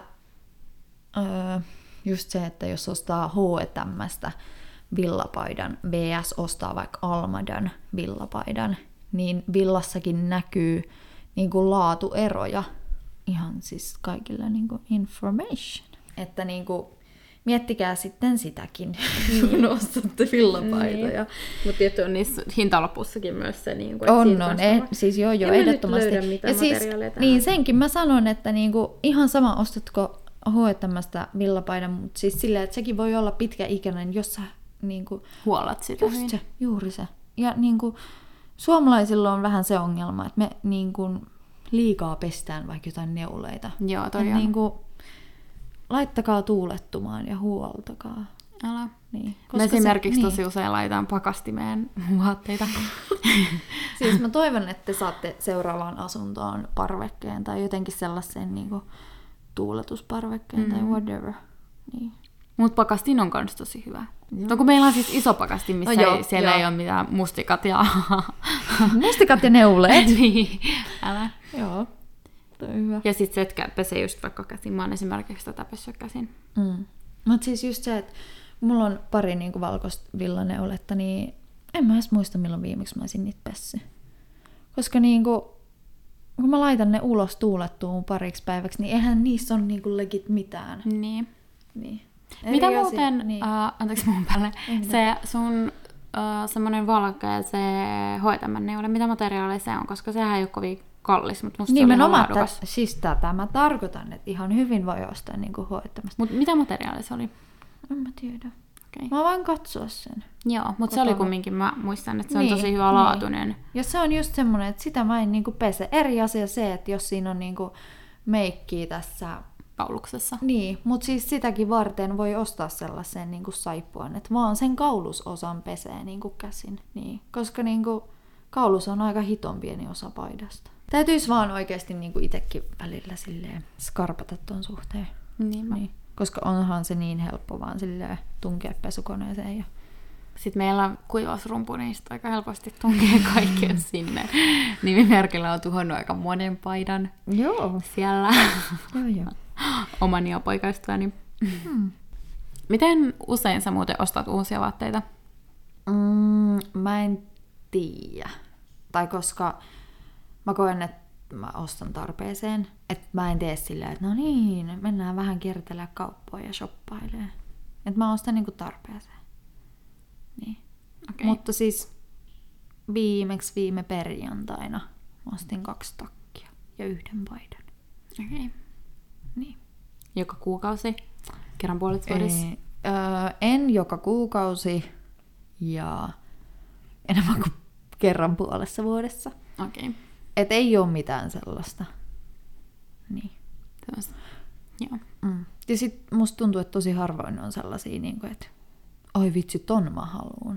öö, just se, että jos ostaa H and M:stä villapaidan, vs ostaa vaikka Almadan villapaidan, niin villassakin näkyy niin kuin laatueroja. Ihan siis kaikilla niin kuin information. Että niin kuin, miettikää sitten sitäkin, kun ostatte villapaitoja. Niin. Mutta tietysti on niissä hintalapussakin myös se, niin kuin, on, on. Eh, siis joo, joo, ehdottomasti. Löydä, mitä ja siis, niin senkin mä sanon, että niinku, ihan sama ostatko H and M:stä villapaidan, mutta siis silleen, että sekin voi olla pitkäikäinen, jos sä niinku... huolat sitä. Just se, juuri se. Ja niinku, suomalaisilla on vähän se ongelma, että me niinku, liikaa pestään vaikka jotain neuleita. Joo, toi et on. Niinku, laittakaa tuulettumaan ja huoltakaa. Älä. Niin, mä esimerkiksi se, tosi niin. usein laitan pakastimeen vaatteita. Siis mä toivon, että te saatte seuraavaan asuntoon parvekkeen tai jotenkin sellaisen niin kuin, tuuletusparvekkeen mm. tai whatever. Niin. Mut pakastin on kans tosi hyvä. Joo. No kun meillä on siis iso pakastin, missä no, joo, ei, siellä joo. ei ole mitään mustikat ja... mustikat ja neuleet. Niin, älä. Joo, toi hyvä. Ja sit se, että pesee just vaikka käsin. Mä oon esimerkiksi tätä pessyt käsin. Mm. Mut siis just se, että mulla on pari niinku valkoista villaneuletta, niin en mä edes muista milloin viimeksi mä olisin niitä pessy. Koska niinku, kun mä laitan ne ulos tuulettuun pariksi päiväksi, niin eihän niissä ole niinku legit mitään. Niin. niin. Mitä asia, muuten, niin. uh, anteeksi mun päälle, se sun uh, semmonen valkea, se H and M-neule, mitä materiaalia se on, koska sehän ei ole kovin kallis, mutta musta nimenomaan se oli laadukas. Siis tätä mä tarkoitan, että ihan hyvin voi ostaa niinku H and M:stä. Mut mitä materiaalia se oli? En mä tiedä. Okay. Mä voin katsoa sen. Joo, mutta se oli kumminkin, mä muistan, että se niin, on tosi hyvä laatuinen. Niin. Ja se on just semmoinen, että sitä mä en niinku pese. Eri asia se, että jos siinä on niinku meikkiä tässä kauluksessa. Niin, mutta siis sitäkin varten voi ostaa sellaisen niinku saippuan, että vaan sen kaulusosan pesee niinku käsin. Niin, koska niinku kaulus on aika hiton pieni osa paidasta. Täytyisi vaan oikeasti niinku itsekin välillä silleen skarpata ton suhteen. Niin, niin. Koska onhan se niin helppo vaan silleen tunkea pesukoneeseen. Ja... Sitten meillä on kuivausrumpu, niin sitä aika helposti tunkee kaiken sinne. Nimimerkillä on tuhonnut aika monen paidan joo. siellä. joo, joo. Oman ja poikaystäväni. Hmm. Miten usein sä muuten ostat uusia vaatteita? Mm, mä en tiedä. Tai koska mä koen, että mä ostan tarpeeseen. Että mä en tee silleen, että no niin, mennään vähän kiertelemään kauppoja ja shoppailemaan. Että mä ostan niinku tarpeeseen. Niin. Okay. Mutta siis viimeksi viime perjantaina ostin kaksi takkia ja yhden paidan. Okei. Okay. Niin. Joka kuukausi? Kerran puolet vuodessa? Ei, öö, en joka kuukausi. ja enemmän kuin kerran puolessa vuodessa. Okei. Okay. Et ei ole mitään sellaista. Niin. Tällaista. Joo. Mm. Ja sit musta tuntuu, että tosi harvoin on sellaisia, niin kuin, että oi vitsi, ton mä haluun.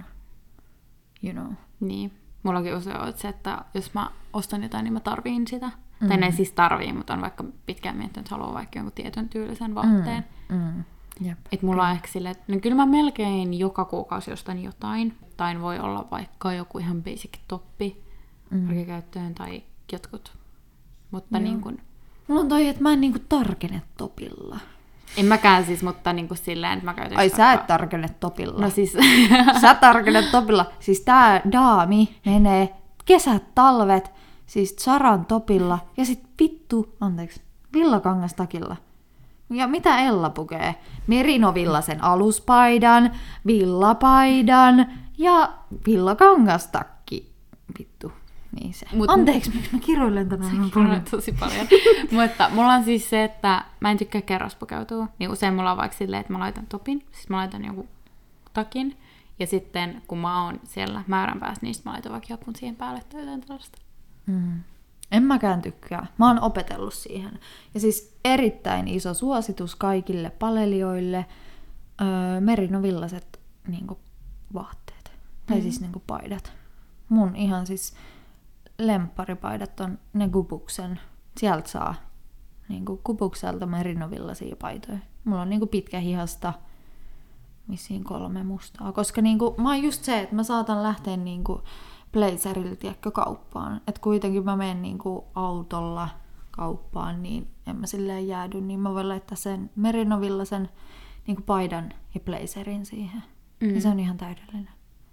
You know. Niin. Mullakin usein on se, että jos mä ostan jotain, niin mä tarviin sitä. Mm. Tai ne siis tarvii, mutta on vaikka pitkään miettinyt, että haluaa vaikka jonkun tietyn tyylisen vaatteen. Mm. Mm. Jep. Et mulla on ehkä silleen, että no kyllä mä melkein joka kuukausi ostan jotain. Tai voi olla vaikka joku ihan basic toppi mm. arkikäyttöön tai jotkut. Mutta niin kun... Mulla on toi, että mä en niinku tarkene topilla. En mäkään siis, mutta niinku silleen, että mä käytän... Ai sä et tarkene topilla. No siis... Sä tarkenet topilla. Siis tää daami menee kesät, talvet, siis Zaran topilla ja sit vittu, anteeksi, villakangastakilla. Ja mitä Ella pukee? Merino Villasen aluspaidan, villapaidan ja villakangastakki. Vittu. Niin se. Mut, Anteeksi, miksi mä kiroilen tänään? Kiroilen tosi paljon. Mutta mulla on siis se, että mä en tykkää kerrospukeutua. Niin usein mulla on vaikka silleen, että mä laitan topin, siis mä laitan jonkun takin. Ja sitten kun mä oon siellä määränpäässä, niin mä laitan vaikka jakun siihen päälle tai jotain tällaista. Mm. En mäkään tykkää. Mä oon opetellut siihen. Ja siis erittäin iso suositus kaikille palelijoille. Öö, Merino Villaset niinku, vaatteet. Mm. Tai siis niinku, paidat. Mun ihan siis lempparipaidat on ne Gubuksen. Sieltä saa niinku, Gubukselta Merino Villasia paitoja. Mulla on niinku, pitkä hihasta. Missiin kolme mustaa. Koska niinku, mä oon just se, että mä saatan lähteä niinku, blazerilla tiedätkö, kauppaan. Että kuitenkin mä menen niinku autolla kauppaan, niin en mä silleen jäädy, niin mä voin laittaa sen Merino Villasen niinku paidan ja blazerin siihen. Mm. Ja se on ihan täydellinen.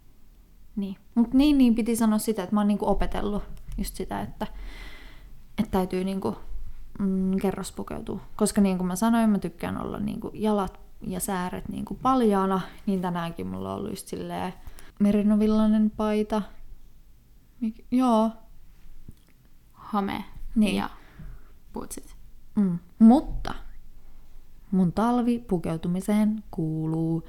Niin. Mut niin, niin piti sanoa sitä, että mä oon niinku opetellut just sitä, että, että täytyy niinku, mm, kerrospukeutua. Koska niin kuin mä sanoin, mä tykkään olla niinku jalat ja sääret niinku paljaana, niin tänäänkin mulla on ollut just silleen Merino Villainen paita. Mik- joo. Hame niin. ja puutsit. Mm. Mutta mun talvipukeutumiseen kuuluu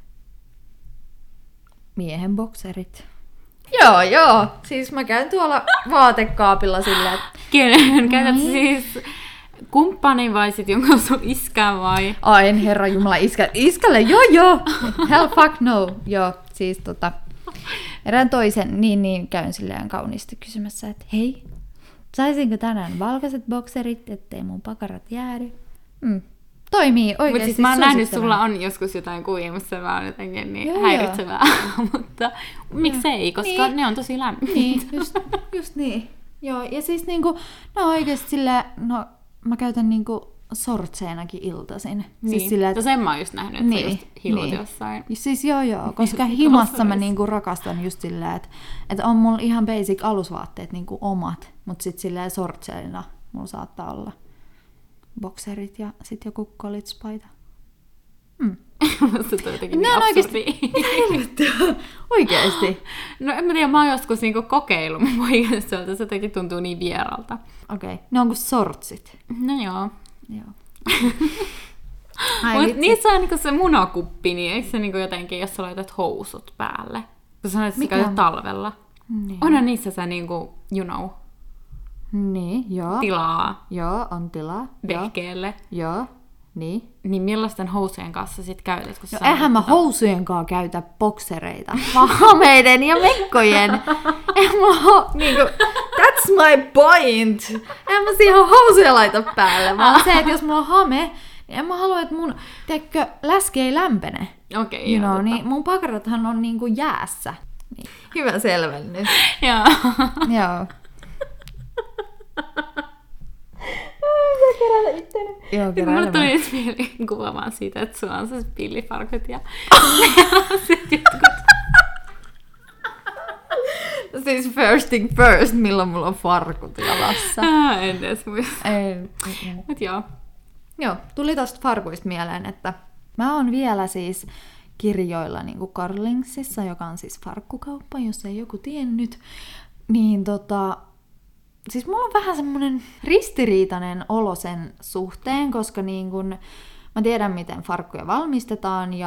miehen bokserit. Joo, joo. Siis mä käyn tuolla vaatekaapilla silleen, että... Kenen? Käytät mm. siis kumppani vai sit jonkun sun iskää vai? Ai en herra jumala, iskä, iskälle, joo joo. Hell fuck no. Joo, siis tota... Erään toisen, niin, niin käyn silleen kauniisti kysymässä, että hei, saisinko tänään valkoiset bokserit, ettei mun pakarat jäädy? Mm. Toimii oikeasti. Mutta siis mä oon nähnyt, sulla on joskus jotain kuvia, mutta se vaan jotenkin niin joo, häiritsevää. Mutta miksei, koska niin. Ne on tosi lämmintä. Niin, just, just niin. Joo, ja siis niinku, no oikeasti silleen, no mä käytän niinku sortseenakin iltaisin. Niin. Siis silleen, että... sen mä oon just nähnyt, että niin, sä just hilut niin. Jossain. Siis joo joo, koska himassa mä niinku rakastan just silleen, että, että on mulla ihan basic alusvaatteet niinku omat, mutta sit silleen sortseina mulla saattaa olla bokserit ja sit joku college-paita. Mm. Musta toi jotenkin niin absurdi. Oikeesti? No en mä tiedä, mä oon joskus niinku kokeillut mun poikastolta, se jotenkin tuntuu niin vieralta. Okei, okay. Ne on kuin sortsit. No joo. Joo. Mutta niissä on niinku se munakuppi, niin eikö se niinku jotenkin, jos sä laitat housut päälle? Kun sanoit, että sä käytät talvella. Niin. Onhan niissä sä niinku, you know, niin, joo. tilaa. Joo, on tilaa. Vehkeelle. Joo, niin. Niin millaisten housujen kanssa sit käytät? Kun no eihän mä housujen kanssa käytä boksereita, vaan hameiden ja mekkojen. En mä niinku, that's my point. En mä siihen housuja laita päälle, vaan se, että jos mulla on hame, niin en mä halua, että mun, tekkö, läski ei lämpene. Okei, okay, you know, niin mun pakarathan on niinku jäässä. Niin. Hyvä selvennys. Joo. Joo. Keräällä itteni. Joo, keräällä. Mulle tuli nyt mieleen kuvaamaan siitä, että sulla on se pillifarkut ja sitten jotkut. Siis first thing first, milloin mulla on farkut jalassa. Ah, en edes muista. Ei. Mut joo. Joo, tuli tosta farkuista mieleen, että mä oon vielä siis kirjoilla niin kuin Carlingsissa, joka on siis farkkukauppa, jos ei joku tiennyt. Niin tota... Siis mulla on vähän semmoinen ristiriitainen olo sen suhteen, koska niin kun mä tiedän, miten farkkuja valmistetaan ja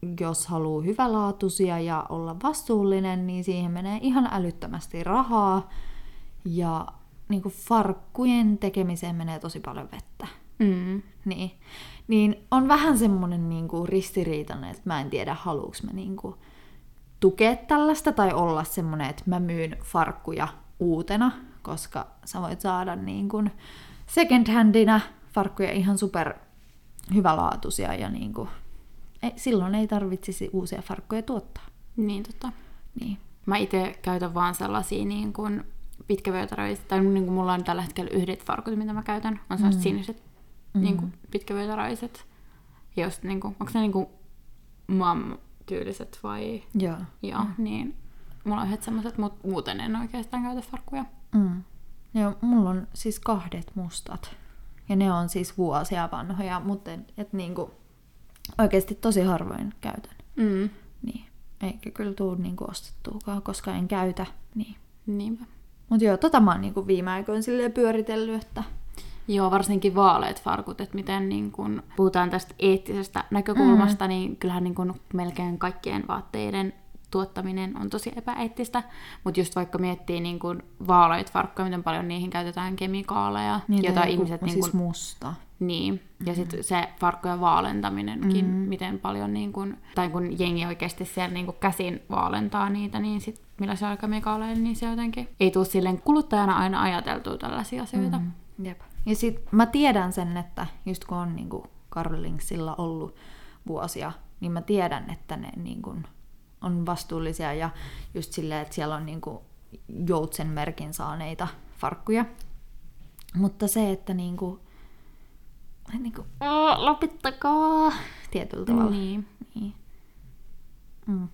jos haluaa hyvälaatuisia ja olla vastuullinen, niin siihen menee ihan älyttömästi rahaa. Ja niin kuin farkkujen tekemiseen menee tosi paljon vettä. Mm. Niin. Niin on vähän semmoinen niin kuin ristiriitainen, että mä en tiedä, haluuks mä niin kuin tukea tällaista tai olla semmoinen, että mä myyn farkkuja uutena, koska sä voit saada niin kuin second handina farkkuja ihan super hyvälaatuisia ja niin kuin, ei, silloin ei tarvitsisi uusia farkkuja tuottaa. Niin tota. Niin. Mä itse käytän vaan sellaisia niin kuin pitkävyötäröiset, tai niin kuin mulla on tällä hetkellä yhdet farkut, mitä mä käytän, on sellaiset mm. siniset mm. niin kuin pitkävyötäröiset. Ja just niin kuin, onko ne niin kuin mam-tyyliset vai? Joo. Joo, mm. niin mulla on yhdet semmoiset, mutta muuten en oikeastaan käytä farkkuja. Mm. Joo, mulla on siis kahdet mustat. Ja ne on siis vuosia vanhoja, mutta et, et niinku oikeasti tosi harvoin käytän. Mm. Niin. Eikä kyllä tuu niinku ostettuukaan, koska en käytä. Niin. Niinpä. Mut joo, tota mä oon niinku viime aikoina silleen pyöritellyt, että... Joo, varsinkin vaaleat farkut, että miten niin kun puhutaan tästä eettisestä näkökulmasta, mm. niin kyllähän niin kun melkein kaikkien vaatteiden tuottaminen on tosi epäeettistä, mutta just vaikka miettii niin kun vaaleita farkkuja, miten paljon niihin käytetään kemikaaleja, niin, jota ihmiset... Niin siis kun... musta. Niin, ja mm. sitten se farkkujen vaalentaminenkin, mm. miten paljon, niin kun, tai kun jengi oikeasti siellä niin kun käsin vaalentaa niitä, niin sitten millä se on kemikaaleja, niin se jotenkin ei tule silleen kuluttajana aina ajateltua tällaisia asioita. Mm. Jep. Ja sit mä tiedän sen, että just kun on niinku Carolingsilla ollut vuosia, niin mä tiedän, että ne niinku on vastuullisia ja just silleen, että siellä on niinku joutsen merkin saaneita farkkuja. Mutta se, että niinku, niinku lopettakaa tietyllä tavalla. Niin. niin. Mm.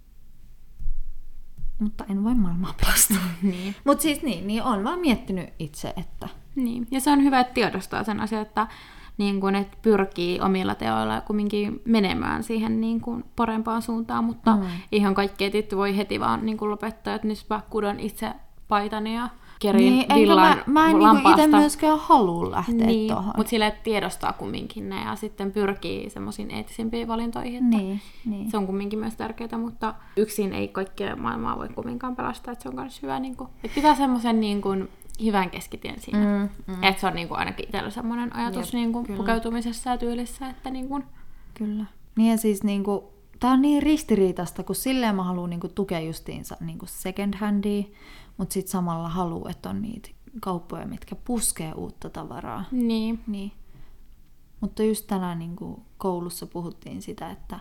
Mutta en voi maailmaa pelastaa. niin. Mutta siis niin, niin on vaan miettinyt itse, että... Niin, ja se on hyvä, että tiedostaa sen asian, että, niin kun, että pyrkii omilla teoilla kumminkin menemään siihen niin kun parempaan suuntaan, mutta mm. ihan kaikkea tietty voi heti vaan niin kun lopettaa, että nyt mä kudon itse paitani ja kerin niin, villan mä, mä en niinku itse myöskään halua lähteä niin, tuohon. Mutta sille tiedostaa kumminkin ne ja sitten pyrkii semmoisiin eettisimpiin valintoihin. Että niin, niin. Se on kumminkin myös tärkeää, mutta yksin ei kaikkea maailmaa voi kumminkaan pelastaa, että se on myös hyvä. Niin kun, että pitää semmoisen niin kun hyvän keskitien siinä. Mm, mm. Että se on niin kun ainakin itsellä semmoinen ajatus niin kun pukeutumisessa ja tyylissä. Että niin kun... Kyllä. Niin ja siis niin kun, tää on niin ristiriitasta, kun silleen mä haluan niin kun tukea justiinsa niin kun second handia, mutta sitten samalla haluaa, että on niitä kauppoja, mitkä puskee uutta tavaraa. Niin. niin. Mutta just tänään niin kuin koulussa puhuttiin sitä, että,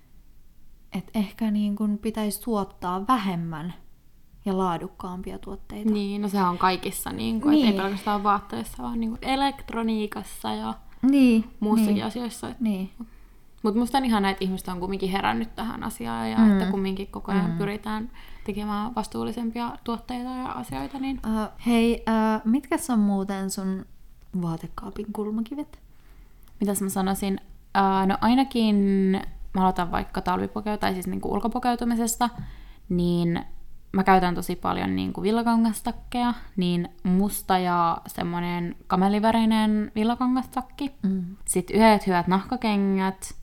että ehkä niin kuin pitäisi tuottaa vähemmän ja laadukkaampia tuotteita. Niin, no se on kaikissa, niin kuin, niin. Että ei pelkästään vaatteissa, vaan niin kuin elektroniikassa ja niin, muussakin niin. asioissa. Niin. Mutta musta on ihanaa, että ihmiset on kumminkin herännyt tähän asiaan ja mm. että kumminkin koko ajan mm. pyritään tekemään vastuullisempia tuotteita ja asioita. Niin... Uh, hei, uh, mitkä on muuten sun vaatekaapin kulmakivet? Mitäs mä sanoisin? Uh, no ainakin, mä aloitan vaikka talvipukeu, tai siis niinku ulkopukeutumisesta, niin mä käytän tosi paljon niinku villakangastakkeja, niin musta ja semmonen kamelivärinen villakangastakki. Mm. Sitten yhdet hyvät nahkakengät,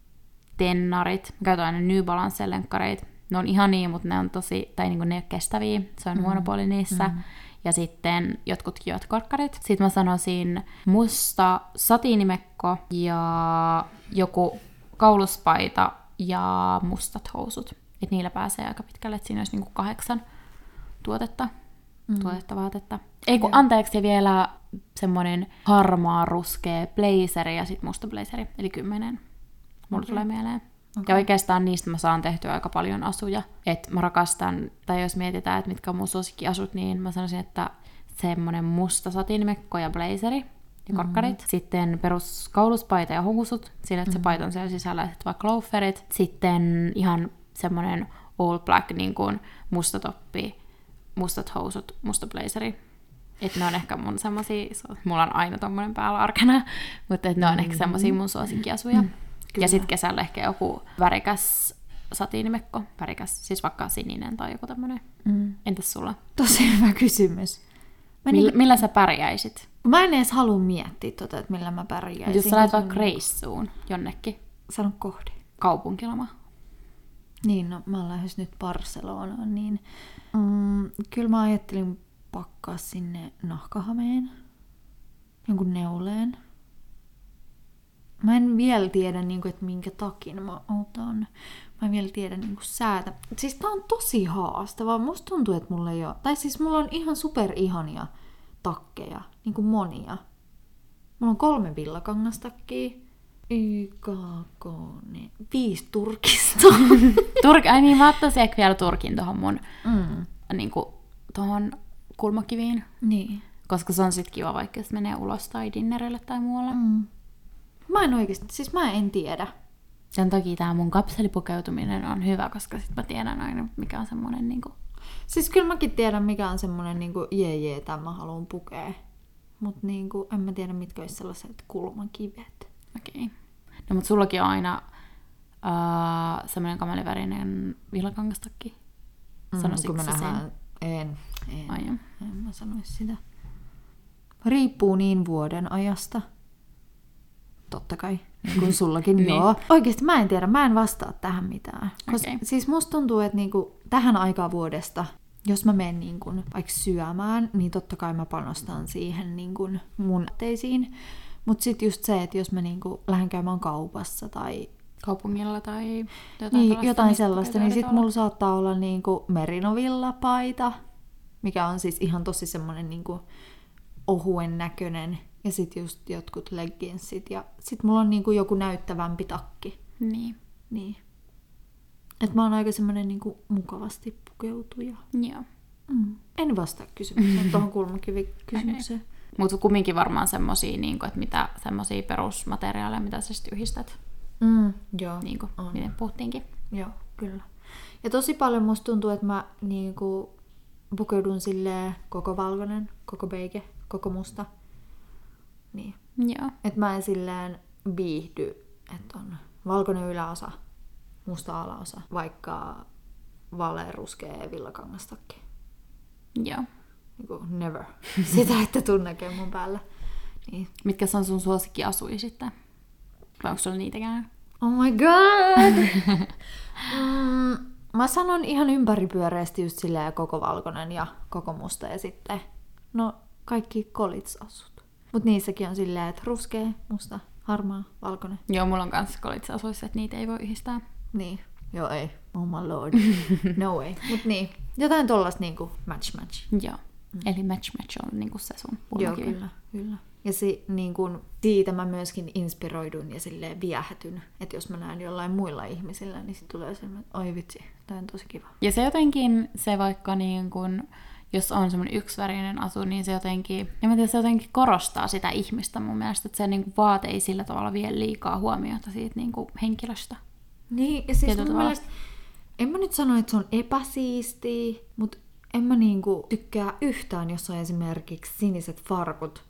tennarit. Mä käytän aina New Balance-lenkkareita. Ne on ihania, mutta ne on tosi, tai niinku ne ei ole kestäviä. Se on mm. huono puoli niissä. Mm. Ja sitten jotkut kivat korkkarit. Sitten mä sanoisin musta satiinimekko ja joku kauluspaita ja mustat housut. Että niillä pääsee aika pitkälle, että siinä olisi niinku kahdeksan tuotetta, mm. tuotetta vaatetta. Ei kun anteeksi vielä semmoinen harmaa ruskea blazeri ja sitten musta blazeri, eli kymmenen. Mulla okay. tulee mieleen. Okay. Ja oikeastaan niistä mä saan tehtyä aika paljon asuja. Että mä rakastan, tai jos mietitään, että mitkä on mun suosikkiasut, niin mä sanoisin, että semmonen musta satiinimekko ja blazeri ja korkkarit. Mm-hmm. Sitten perus kauluspaita ja housut, sillä että mm-hmm. se paita on siellä sisällä, sitten vaikka loaferit. Sitten ihan semmonen all black, niin kuin musta toppi, mustat housut, musta blazeri. Että ne on ehkä mun semmosia, mulla on aina tommonen päällä arkena, mutta et ne on mm-hmm. ehkä semmosia mun suosikkiasuja. Mm-hmm. Ja sitten kesällä ehkä joku värikäs satiinimekko, värikäs, siis vaikka sininen tai joku tämmönen. Mm. Entäs sulla? Tosi hyvä kysymys. Mill, niin... Millä sä pärjäisit? Mä en edes halua miettiä tota, että millä mä pärjäisin. Jos sä lähdet vaikka reissuun jonnekin. Sano kohde. kaupunkiloma? Niin, no mä oon lähes nyt Barcelonaan, niin mm, kyllä mä ajattelin pakkaa sinne nahkahameen, jonkun neuleen. Mä en vielä tiedä, niin kuin, että minkä takin mä otan. Mä en vielä tiedä niin kuin säätä. Siis tää on tosi haastavaa. Musta tuntuu, että mulla ei ole... Tai siis mulla on ihan super ihania takkeja. Niin kuin monia. Mulla on kolme villakangastakkia. Y, K, K, ne, viisi turkista. Turk, ai niin, mä ottaisin ehkä vielä turkin tohon mun Mm. niin kuin, tohon kulmakiviin. Niin. Koska se on sit kiva, vaikka jos menee ulos tai dinnerille tai muualle. Mm. Mä en oikeesti, siis mä en tiedä. Sen takia tää mun kapselipukeutuminen on hyvä, koska sit mä tiedän aina, mikä on semmonen niinku... Siis kyllä mäkin tiedän, mikä on semmonen niinku jee jee, tämän mä haluan pukea. Mut niinku, en mä tiedä, mitkä olisi sellaiset kulmakivet. Okei. Okay. No mut sullakin on aina uh, semmonen kamelivärinen villakangastakki. Sanoisitko kun me sä sen? nähdään, en, en, Ai joo. en mä sanois sitä. Riippuu niin vuoden ajasta. Totta kai, niin kuin sullakin, Niin. joo. Oikeesti mä en tiedä, mä en vastaa tähän mitään. Koska Okei. siis musta tuntuu, että niinku, tähän aikaan vuodesta, jos mä menen niinku, vaikka syömään, niin totta kai mä panostan siihen niinku, mun teisiin. Mut sit just se, että jos mä niinku, lähden käymään kaupassa tai Kaupungilla tai jotain, niin, jotain mistä sellaista, niin sit mulla saattaa olla niinku merinovillapaita, mikä on siis ihan tosi semmonen niinku ohuen näköinen. Ja sit just jotkut legginsit. Ja sit mulla on niinku joku näyttävämpi takki. Niin. Niin. Et mä oon aika semmonen niinku mukavasti pukeutuja. Joo. Mm. En vastaa kysymykseen, tuohon kulmakivikysymykseen. Okay. Mutta kumminkin varmaan semmosia, niinku, että mitä semmosia perusmateriaaleja, mitä sä sit yhdistät. Mm, joo, Niinku, on. miten puhuttiinkin. Joo, kyllä. Ja tosi paljon musta tuntuu, että mä niinku pukeudun silleen koko valkoinen, koko beige, koko musta. Niin. Joo. Että mä en silleen viihdy, että on valkoinen yläosa, musta alaosa, vaikka vaaleanruskea villakangastakki. Joo. Niinku never. Sitä, että tuun näkee mun päällä. Niin. Mitkä on sun suosikkiasuja sitten? Vai onko sulla niitäkään? Oh my god! mm, mä sanon ihan ympäripyöreästi just silleen koko valkoinen ja koko musta ja sitten no kaikki kolitsasut. Mut niissäkin on silleen, että ruskea, musta, harmaa, valkoinen. Joo, mulla on kanssa kolitsasuissa, että niitä ei voi yhdistää. Niin. Joo, ei. Oh my lord. No way. Mut niin. Jotain tollasta niinku match match. Joo. Mm. Eli match match on niinku se sun Joo, pulmakivi. kyllä. kyllä. Ja si, niin kun, siitä mä myöskin inspiroidun ja silleen viehätyn. Että jos mä näen jollain muilla ihmisillä, niin sit tulee sellainen, että oi vitsi, tää on tosi kiva. Ja se jotenkin, se vaikka niin kun, jos on semmoinen yksivärinen asu, niin se jotenkin, en mä tiedä, se jotenkin korostaa sitä ihmistä mun mielestä, että se niin kun vaate ei sillä tavalla vie liikaa huomiota siitä niin kun henkilöstä. Niin, ja siis Tietyllä mun tavalla. mielestä, en mä nyt sano, että se on epäsiistiä, mutta en mä niinku tykkää yhtään, jos on esimerkiksi siniset farkut,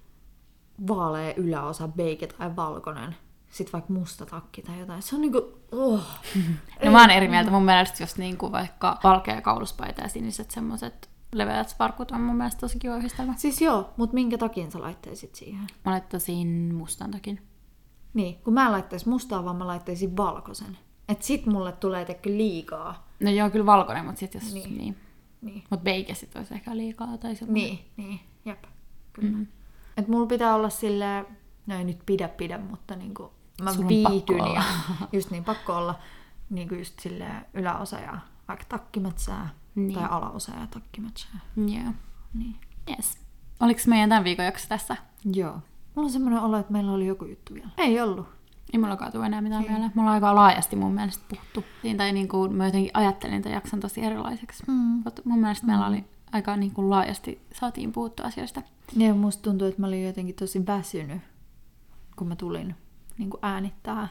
vaalea yläosa, beige tai valkoinen, sit vaikka musta takki tai jotain. Se on niinku, oh. No mä oon eri mieltä. Mun mielestä just niin kuin vaikka valkea kauluspaita ja siniset semmoset leveät farkut on mun mielestä tosi kiva yhdistelmä. Siis joo, mutta minkä takia sä laittaisit siihen? Mä laittaisin mustan takin. Niin, kun mä en laittaisi mustaa, vaan mä laittaisin valkoisen. Et sit mulle tulee tekö liikaa. No joo, kyllä valkoinen, mutta sit jos... Niin. Niin. Niin, Mut beige sit olisi ehkä liikaa tai semmoinen. niin, niin jep, kyllä. Mm. Et mulla pitää olla silleen, no ei nyt pidä pidä, mutta niinku mä Sulla on viihdyn pakko ja olla. just niin pakko olla niinku just silleen yläosa ja vaikka takkimätsää Niin. tai alaosa ja takkimätsää. Joo. Niin. Yes. Oliko meidän tämän viikon jakso tässä? Joo. Mulla on semmoinen olo, että meillä oli joku juttu vielä. Ei ollut. Ei mullakaan tule enää mitään Ei. mieleen. Me ollaan aika laajasti mun mielestä puhuttu. Siinä tai niin kuin, mä jotenkin ajattelin tämän jakson tosi erilaiseksi. Mm. Mutta mun mielestä mm. meillä oli aika niin kuin laajasti saatiin puhuttua asioista. Ja musta tuntuu, että mä olin jotenkin tosi väsynyt, kun mä tulin niinku äänittää.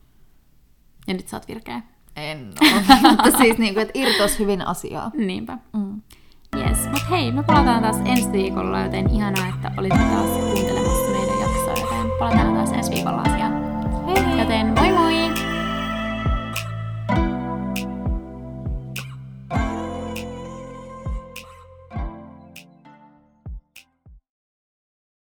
Ja nyt sä oot virkeä. En oo. Mutta siis niinku, että irtos hyvin asiaa. Niinpä. Mm. Yes. Mut hei, me palataan taas ensi viikolla, joten ihanaa, että olitte taas kuuntelemassa meidän jaksoa, joten palataan taas ensi viikolla.